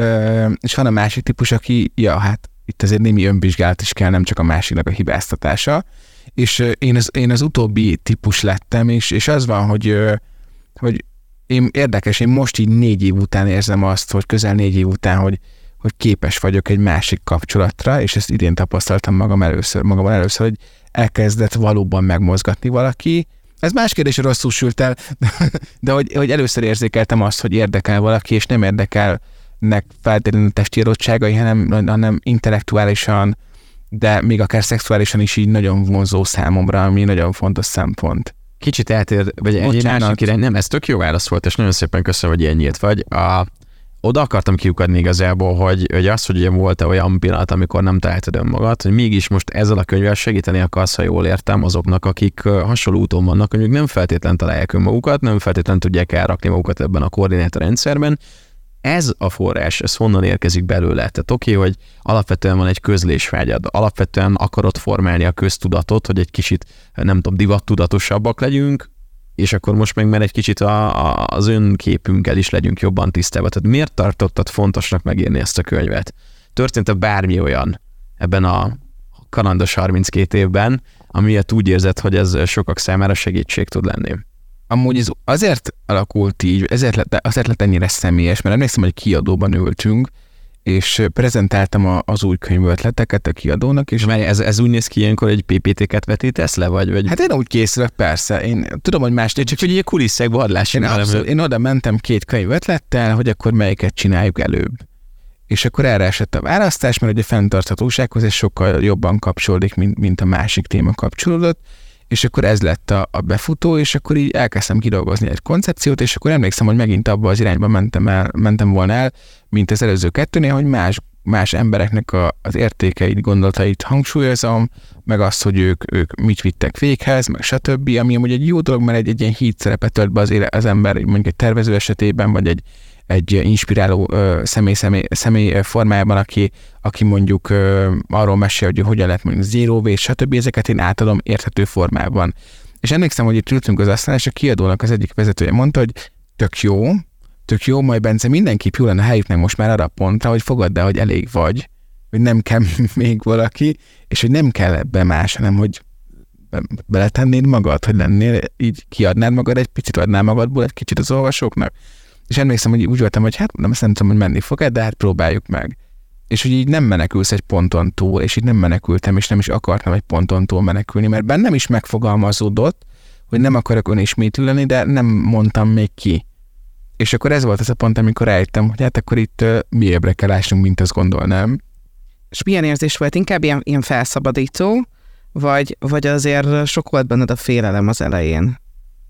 Ö, és van a másik típus, aki, ja, hát itt azért némi önvizsgálat is kell, nem csak a másiknak a hibáztatása, és ö, én, az, én az utóbbi típus lettem, és, és az van, hogy, ö, hogy én érdekes, én most így négy év után érzem azt, hogy közel négy év után, hogy, hogy képes vagyok egy másik kapcsolatra, és ezt idén tapasztaltam magam először, magamon először, hogy elkezdett valóban megmozgatni valaki. Ez más kérdés, hogy rosszul sült el, de hogy, hogy először érzékeltem azt, hogy érdekel valaki, és nem érdekel nek feltétlenül testi adottságai, hanem, hanem intellektuálisan, de még akár szexuálisan is így nagyon vonzó számomra, ami nagyon fontos szempont. Kicsit eltér, vagy egy másik irány, nem, ez tök jó válasz volt, és nagyon szépen köszönöm, hogy ilyen nyílt vagy. A, oda akartam kiukadni igazából, hogy, hogy az, hogy ugye volt-e olyan pillanat, amikor nem találtad önmagad, hogy mégis most ezzel a könyvvel segíteni akarsz, ha jól értem, azoknak, akik hasonló úton vannak, hogy még nem feltétlen találják önmagukat, nem feltétlen tudják elrakni magukat ebben a koordinátorrendszerben. Ez a forrás, ez honnan érkezik belőle? Tehát oké, okay, hogy alapvetően van egy közlésvágyad, alapvetően akarod formálni a köztudatot, hogy egy kicsit, nem tudom, divattudatosabbak legyünk, és akkor most meg már egy kicsit a, a, az önképünkkel is legyünk jobban tisztában. Tehát miért tartottad fontosnak megírni ezt a könyvet? Történt-e bármi olyan ebben a kalandos harminckét évben, amiért úgy érzed, hogy ez sokak számára segítség tud lenni? Amúgy ez azért alakult így, ezért lett, azért lett ennyire személyes, mert emlékszem, hogy kiadóban ültünk, és prezentáltam a, az új könyvötleteket a kiadónak, és... Mert ez, ez úgy néz ki ilyenkor, hogy pé pé té-ket vetítesz le, vagy, vagy... Hát én úgy készülök, persze. Én tudom, hogy más... Csak hogy ilyen kulisszekba adlási. Én, abszolút, én oda mentem két könyvötlettel, hogy akkor melyiket csináljuk előbb. És akkor erre esett a választás, mert ugye a fenntarthatósághoz ez sokkal jobban kapcsolódik, mint, mint a másik téma kapcsolódott, és akkor ez lett a, a befutó, és akkor így elkezdtem kidolgozni egy koncepciót, és akkor emlékszem, hogy megint abba az irányba mentem, el, mentem volna el, mint az előző kettőnél, hogy más, más embereknek a, az értékeit, gondolatait hangsúlyozom, meg azt, hogy ők, ők mit vittek véghez, meg stb., ami amúgy egy jó dolog, mert egy, egy ilyen híd szerepet tölt be az, éle, az ember, mondjuk egy tervező esetében, vagy egy, egy inspiráló ö, személy, személy, személy formájában, aki, aki mondjuk ö, arról mesél, hogy hogyan lehet mondjuk zero waste, stb. Ezeket én átadom érthető formában. És emlékszem, hogy itt ültünk az asztalán, és a kiadónak az egyik vezetője mondta, hogy tök jó, tök jó, majd Bence, mindenképp jó lenne, ha eljutnánk most már arra a pontra, hogy fogadd el, hogy elég vagy, hogy nem kell még valaki, és hogy nem kell ebbe más, hanem hogy beletennéd magad, hogy lennél, így kiadnád magad egy picit, adnál magadból egy kicsit az olvasóknak. És emlékszem, hogy úgy voltam, hogy hát nem, azt nem tudom, hogy menni fog-e, de hát próbáljuk meg. És hogy így nem menekülsz egy ponton túl, és így nem menekültem, és nem is akartam egy ponton túl menekülni, mert bennem is megfogalmazódott, hogy nem akarok önismétlődni, de nem mondtam még ki. És akkor ez volt az a pont, amikor rájöttem, hogy hát akkor itt uh, mélyebbre kell ásnunk, mint azt gondolnám. És milyen érzés volt? Inkább ilyen, ilyen felszabadító, vagy, vagy azért sok volt benned a félelem az elején?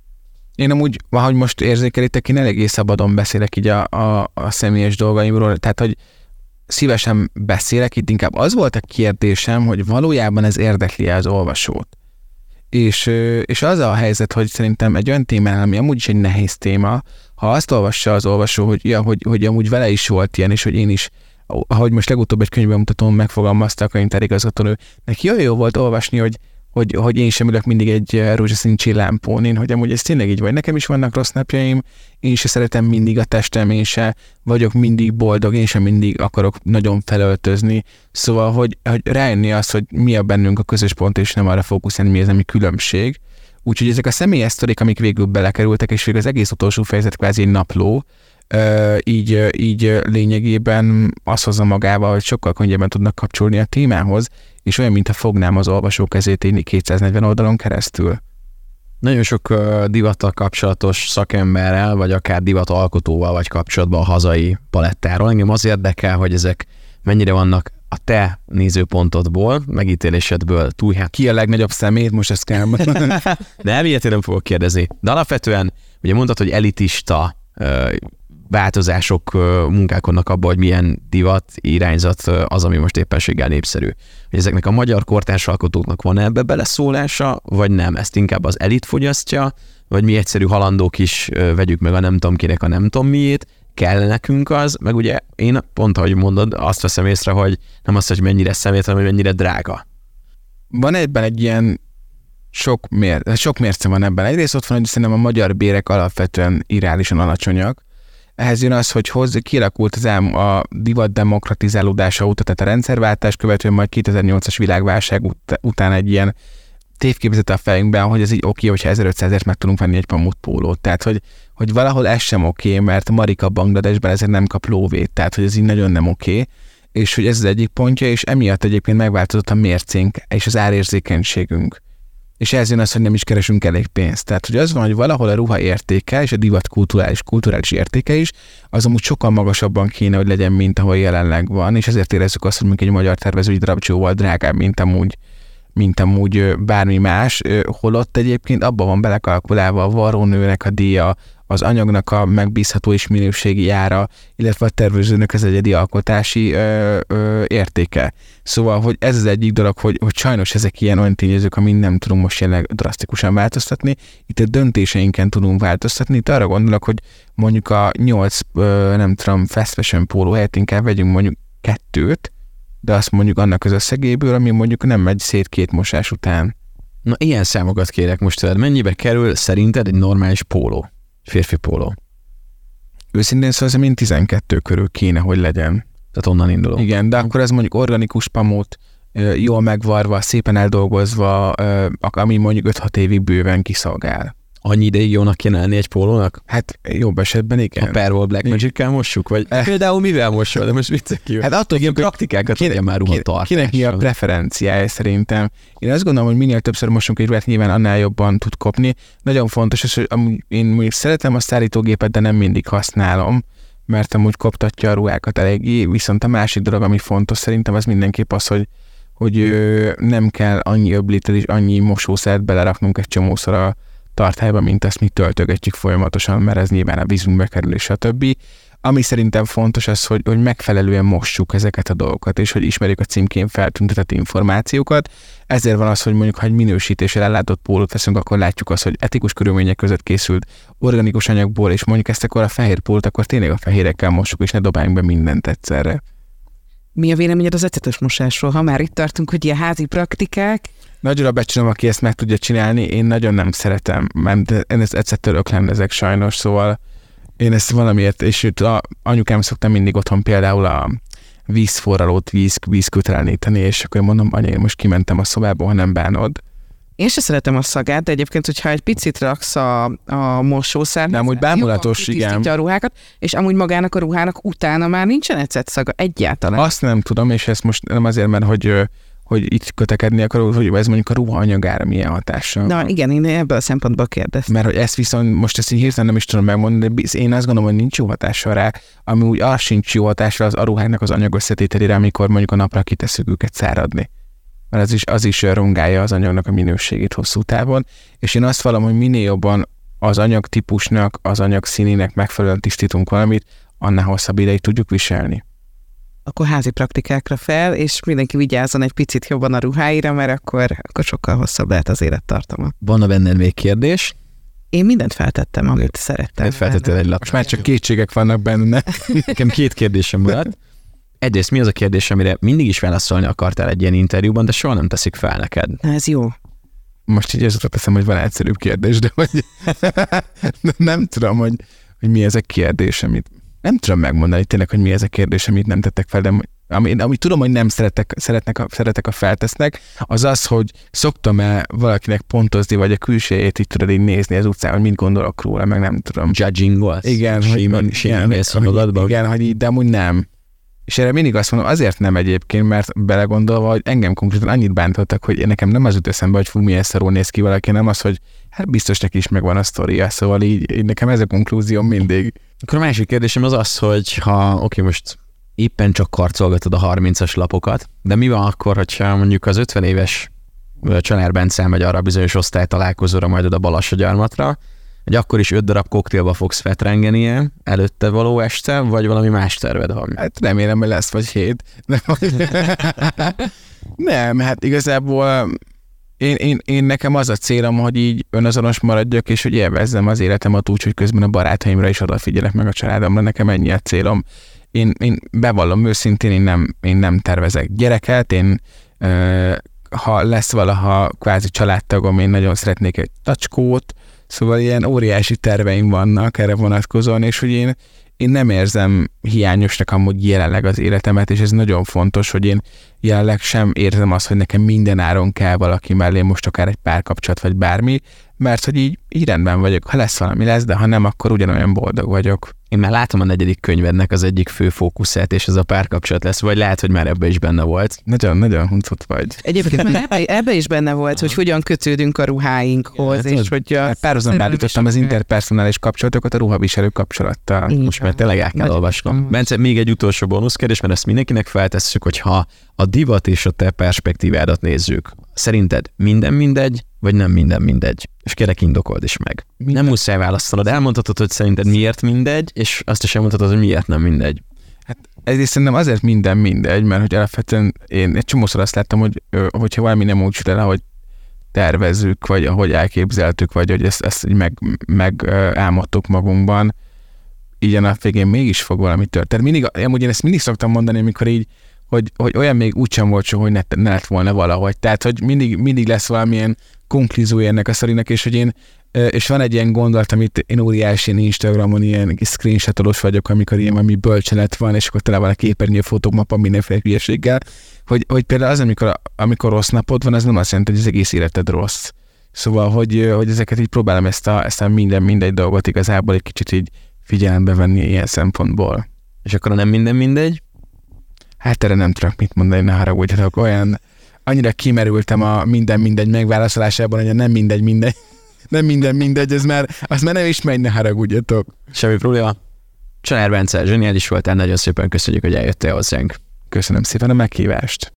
Én amúgy, ahogy most érzékelitek, én eléggé szabadon beszélek így a, a, a személyes dolgaimról, tehát hogy szívesen beszélek, itt inkább az volt a kérdésem, hogy valójában ez érdekli az olvasót. És, és az a helyzet, hogy szerintem egy olyan témánál, ami amúgy is egy nehéz téma, ha azt olvassa az olvasó, hogy, ja, hogy, hogy amúgy vele is volt ilyen, és hogy én is, ahogy most legutóbb egy könyvbemutatón megfogalmazta a könyvtárigazgatónő, neki olyan jó volt olvasni, hogy Hogy, hogy én sem ülök mindig egy rózsaszín csillámpón, én, hogy amúgy ez tényleg így vagy. Nekem is vannak rossz napjaim, én se szeretem mindig a testem, én se vagyok mindig boldog, én sem mindig akarok nagyon felöltözni. Szóval, hogy, hogy rájönni az, hogy mi a bennünk a közös pont, és nem arra fókuszálni, mi az, ami különbség. Úgyhogy ezek a személyes sztorik, amik végül belekerültek, és végül az egész utolsó fejezet kvázi egy napló, így, így lényegében azt hozza magával, hogy sokkal könnyebben tudnak kapcsolni a témához, és olyan, mintha fognám az olvasó kezét így kétszáznegyven oldalon keresztül. Nagyon sok uh, divattal kapcsolatos szakemberrel, vagy akár divatalkotóval vagy kapcsolatban a hazai palettáról. Engem az érdekel, hogy ezek mennyire vannak a te nézőpontodból, megítélésedből túl. Ki a legnagyobb szemét, most ezt kell mondani. De ilyet én nem fogok kérdezni. De alapvetően, ugye mondtad, hogy elitista uh, változások uh, munkálkodnak abban, hogy milyen divat, irányzat uh, az, ami most éppenséggel népszerű. Hogy ezeknek a magyar kortárs alkotóknak van ebbe beleszólása, vagy nem? Ezt inkább az elit fogyasztja, vagy mi egyszerű halandók is uh, vegyük meg a nem tudom kinek a nem tudom miét, kell nekünk az, meg ugye én pont, ahogy mondod, azt veszem észre, hogy nem azt, hogy mennyire szemét, hanem hogy mennyire drága. Van ebben egy ilyen sok, mér, sok mérce van ebben. Egyrészt ott van, hogy szerintem a magyar bérek alapvetően irreálisan alacsonyak. Ehhez jön az, hogy hozzá kialakult az ám a divat demokratizálódása óta, tehát a rendszerváltás követően majd kétezer-nyolcas világválság ut- után egy ilyen tévképzete a fejünkben, hogy ez így oké, hogyha ezerötszázért meg tudunk venni egy pamutpólót. Tehát, hogy, hogy valahol ez sem oké, mert Marika Bangladesben ezért nem kap lóvét, tehát, hogy ez így nagyon nem oké, és hogy ez az egyik pontja, és emiatt egyébként megváltozott a mércénk és az árérzékenységünk. És ez jön az, hogy nem is keresünk elég pénzt. Tehát, hogy az van, hogy valahol a ruha értéke és a divat kulturális, kulturális értéke is, az amúgy sokkal magasabban kéne, hogy legyen, mint ahol jelenleg van, és ezért érezzük azt, hogy mondjuk egy magyar tervező egy darab jóval drágább, mint amúgy, mint amúgy bármi más, holott egyébként abban van belekalkulálva a varrónőnek a díja, az anyagnak a megbízható és minőségi ára, illetve a tervezőnek az egyedi alkotási ö, ö, értéke. Szóval, hogy ez az egyik dolog, hogy, hogy sajnos ezek ilyen olyan tényezők, amit nem tudunk most jelenleg drasztikusan változtatni. Itt a döntéseinken tudunk változtatni. Itt arra gondolok, hogy mondjuk a nyolc, ö, nem tudom, fast fashion póló helyett inkább vegyünk mondjuk kettőt, de azt mondjuk annak az összegéből, ami mondjuk nem megy szét két mosás után. Na, ilyen számokat kérek most tőled. Mennyibe kerül szerinted egy normális póló? Férfi póló. Őszintén szóval ez mind tizenkettő körül kéne, hogy legyen. Tehát onnan indulok. Igen, de akkor ez mondjuk organikus pamut, jól megvarva, szépen eldolgozva, ami mondjuk öt-hat évig bőven kiszolgál. Annyi ideig jónak kéne lenni egy pólónak? Hát jobb esetben igen. A Pearl Black Magic-kel mossuk? Vagy eh. például mivel mossuk? De most viccek kívül. Hát attól, ilyen praktikákat legyen már ruhatartással. Kinek mi a preferenciája szerintem. Én azt gondolom, hogy minél többször mosunk egy ruhát, nyilván annál jobban tud kopni. Nagyon fontos az, hogy én mondjuk szeretem a szárítógépet, de nem mindig használom, mert amúgy koptatja a ruhákat eléggé. Viszont a másik dolog, ami fontos szerintem, az mindenképp az, hogy, hogy nem kell annyi öblített és annyi mosószert beleraknunk egy csomószor a tartályba, mint ezt mi töltögetjük folyamatosan, mert ez nyilván a vízünkbe kerül, és a többi. Ami szerintem fontos az, hogy, hogy megfelelően mossuk ezeket a dolgokat, és hogy ismerjük a címkén feltüntetett információkat. Ezért van az, hogy mondjuk, ha egy minősítéssel ellátott pólót veszünk, akkor látjuk azt, hogy etikus körülmények között készült organikus anyagból, és mondjuk ezt akkor a fehér pólót, akkor tényleg a fehérekkel mossuk, és ne dobáljunk be mindent egyszerre. Mi a véleményed az ecetes mosásról? Ha már itt tartunk, hogy ilyen házi praktikák. Nagyra becsülöm, aki ezt meg tudja csinálni, én nagyon nem szeretem, mert én ezt ecettől öklendezek sajnos, szóval én ezt valamiért, és őt a anyukám szoktam mindig otthon például a vízforralót víz, vízköteleníteni, és akkor mondom, anya, én most kimentem a szobába, ha nem bánod. Én se szeretem a szagát, de egyébként, hogyha egy picit raksz a, a mosószert, de amúgy bámulatos, igen. a ruhákat, és amúgy magának a ruhának utána már nincsen ecet szaga egyáltalán. Azt nem tudom, és ezt most nem azért, mert hogy, hogy itt kötekedni akarok, hogy ez mondjuk a ruha anyagára milyen hatással. Na igen, én ebből a szempontból kérdeztem. Mert hogy ezt viszont most ezt így hirtelen nem is tudom megmondani, de én azt gondolom, hogy nincs jó hatással rá, ami úgy az sincs jó hatással az a ruháknak az anyag összetételére, amikor mondjuk a napra kitesszük őket száradni. Mert az is, az is rongálja az anyagnak a minőségét hosszú távon, és én azt vallom, hogy minél jobban az anyagtípusnak, az anyag színének megfelelően tisztítunk valamit, annál hosszabb ideig tudjuk viselni. Akkor házi praktikákra fel, és mindenki vigyázzon egy picit jobban a ruháira, mert akkor, akkor sokkal hosszabb lehet az élettartama. Van-e benned még kérdés? Én mindent feltettem, amit szerettem. Feltettél egy lapot. Most már csak kétségek vannak benne. Nekem két kérdésem volt. Egyrészt mi az a kérdés, amire mindig is válaszolni akartál egy ilyen interjúban, de soha nem teszik fel neked? Na, ez jó. Most így azt teszem, hogy van egyszerűbb kérdés, de hogy nem tudom, hogy, hogy mi ez a kérdés, amit nem tudom megmondani tényleg, hogy mi ez a kérdés, amit nem tettek fel, de ami, ami tudom, hogy nem szeretek, szeretnek a, szeretek a feltesznek, az az, hogy szoktam-e valakinek pontozni, vagy a külsejét így tudod így nézni az utcán, hogy mit gondolok róla, meg nem tudom. Judging volt? Igen, hogy, Sémen, igen, sémen hogy, igen, hogy így, de amúgy nem. És erre mindig azt mondom, azért nem egyébként, mert belegondolva, hogy engem konkrétan annyit bántottak, hogy én nekem nem az jut eszembe, hogy fú, milyen szarul néz ki valaki, nem az, hogy hát biztos neki is megvan a sztoria, szóval így, így nekem ez a konklúzióm mindig. Akkor a másik kérdésem az az, hogy ha, oké, most éppen csak karcolgatod a harmincas lapokat, de mi van akkor, hogyha mondjuk az ötven éves Csanád Bence elmegy arra a bizonyos osztálytalálkozóra, majd oda Balassagyarmatra, hogy akkor is öt darab koktélba fogsz fetrengenie előtte való este, vagy valami más terved van? Hát remélem, hogy lesz, vagy hét. Nem, hát igazából én, én, én nekem az a célom, hogy így önazonos maradjak, és hogy élvezzem az életemet úgy, hogy közben a barátaimra is odafigyelek, meg a családomra, nekem ennyi a célom. Én, én bevallom őszintén, én nem, én nem tervezek gyereket, én ö, ha lesz valaha kvázi családtagom, én nagyon szeretnék egy tacskót, szóval ilyen óriási terveim vannak erre vonatkozóan, és hogy én, én nem érzem hiányosnak amúgy jelenleg az életemet, és ez nagyon fontos, hogy én jelenleg sem érzem azt, hogy nekem minden áron kell valaki mellé, most akár egy párkapcsolat, vagy bármi, mert hogy így, így rendben vagyok. Ha lesz valami lesz, de ha nem, akkor ugyanolyan boldog vagyok. Én már látom a negyedik könyvednek az egyik fő fókuszát, és ez a párkapcsolat lesz, vagy lehet, hogy már ebbe is benne volt. Nagyon-nagyon huncut vagy. Egyébként már ebbe, ebbe is benne volt, hogy hogyan kötődünk a ruháinkhoz, ja, és hogy a... Párhuzamban állítottam az interpersonális kapcsolatokat a ruhaviselő kapcsolattal. Így Most már tényleg el kell olvasnom. Bence, még egy utolsó bónuszkérdés, mert ezt mindenkinek feltesszük, hogy ha a divat és a te perspektívádat nézzük, szerinted minden mindegy, vagy nem minden mindegy? És kérlek, indokold is meg. Minden. Nem muszáj választanod. Elmondhatod, hogy szerinted miért mindegy, és azt is elmondhatod, hogy miért nem mindegy. Hát egyrészt szerintem azért minden mindegy, mert hogy alapvetően én egy csomószor azt láttam, hogy hogyha valami nem úgy sül el, ahogy tervezzük, vagy ahogy elképzeltük, vagy hogy ezt, ezt így meg, meg álmodtuk magunkban, így a nap végén mégis fog valami történni. Mindig, amúgy én ezt mindig szoktam mondani, amikor így, hogy, hogy olyan még úgysem volt soha, hogy ne, ne lett volna valahogy. Tehát, hogy mindig, mindig lesz valamilyen konklúziója ennek a sztorinak, és hogy én, és van egy ilyen gondolat, amit én óriási én Instagramon ilyen screenshotolós vagyok, amikor ilyen valami bölcselet van, és akkor tele van a képernyő, fotókmapa, mindenféle hülyeséggel, hogy, hogy például az, amikor, amikor rossz napod van, az nem azt jelenti, hogy az egész életed rossz. Szóval, hogy, hogy ezeket így próbálom ezt a, ezt a minden, mindegy dolgot igazából egy kicsit így figyelembe venni ilyen szempontból. És akkor nem minden mindegy? Hát erre nem tudok mit mondani, ne haragudjatok, olyan annyira kimerültem a minden mindegy megválaszolásában, hogy nem mindegy mindegy, nem minden mindegy, ez már, az már nem is megy, ne haragudjatok. Semmi probléma. Csanád Bence, zseniális voltál, nagyon szépen köszönjük, hogy eljöttél hozzánk. Köszönöm szépen a meghívást.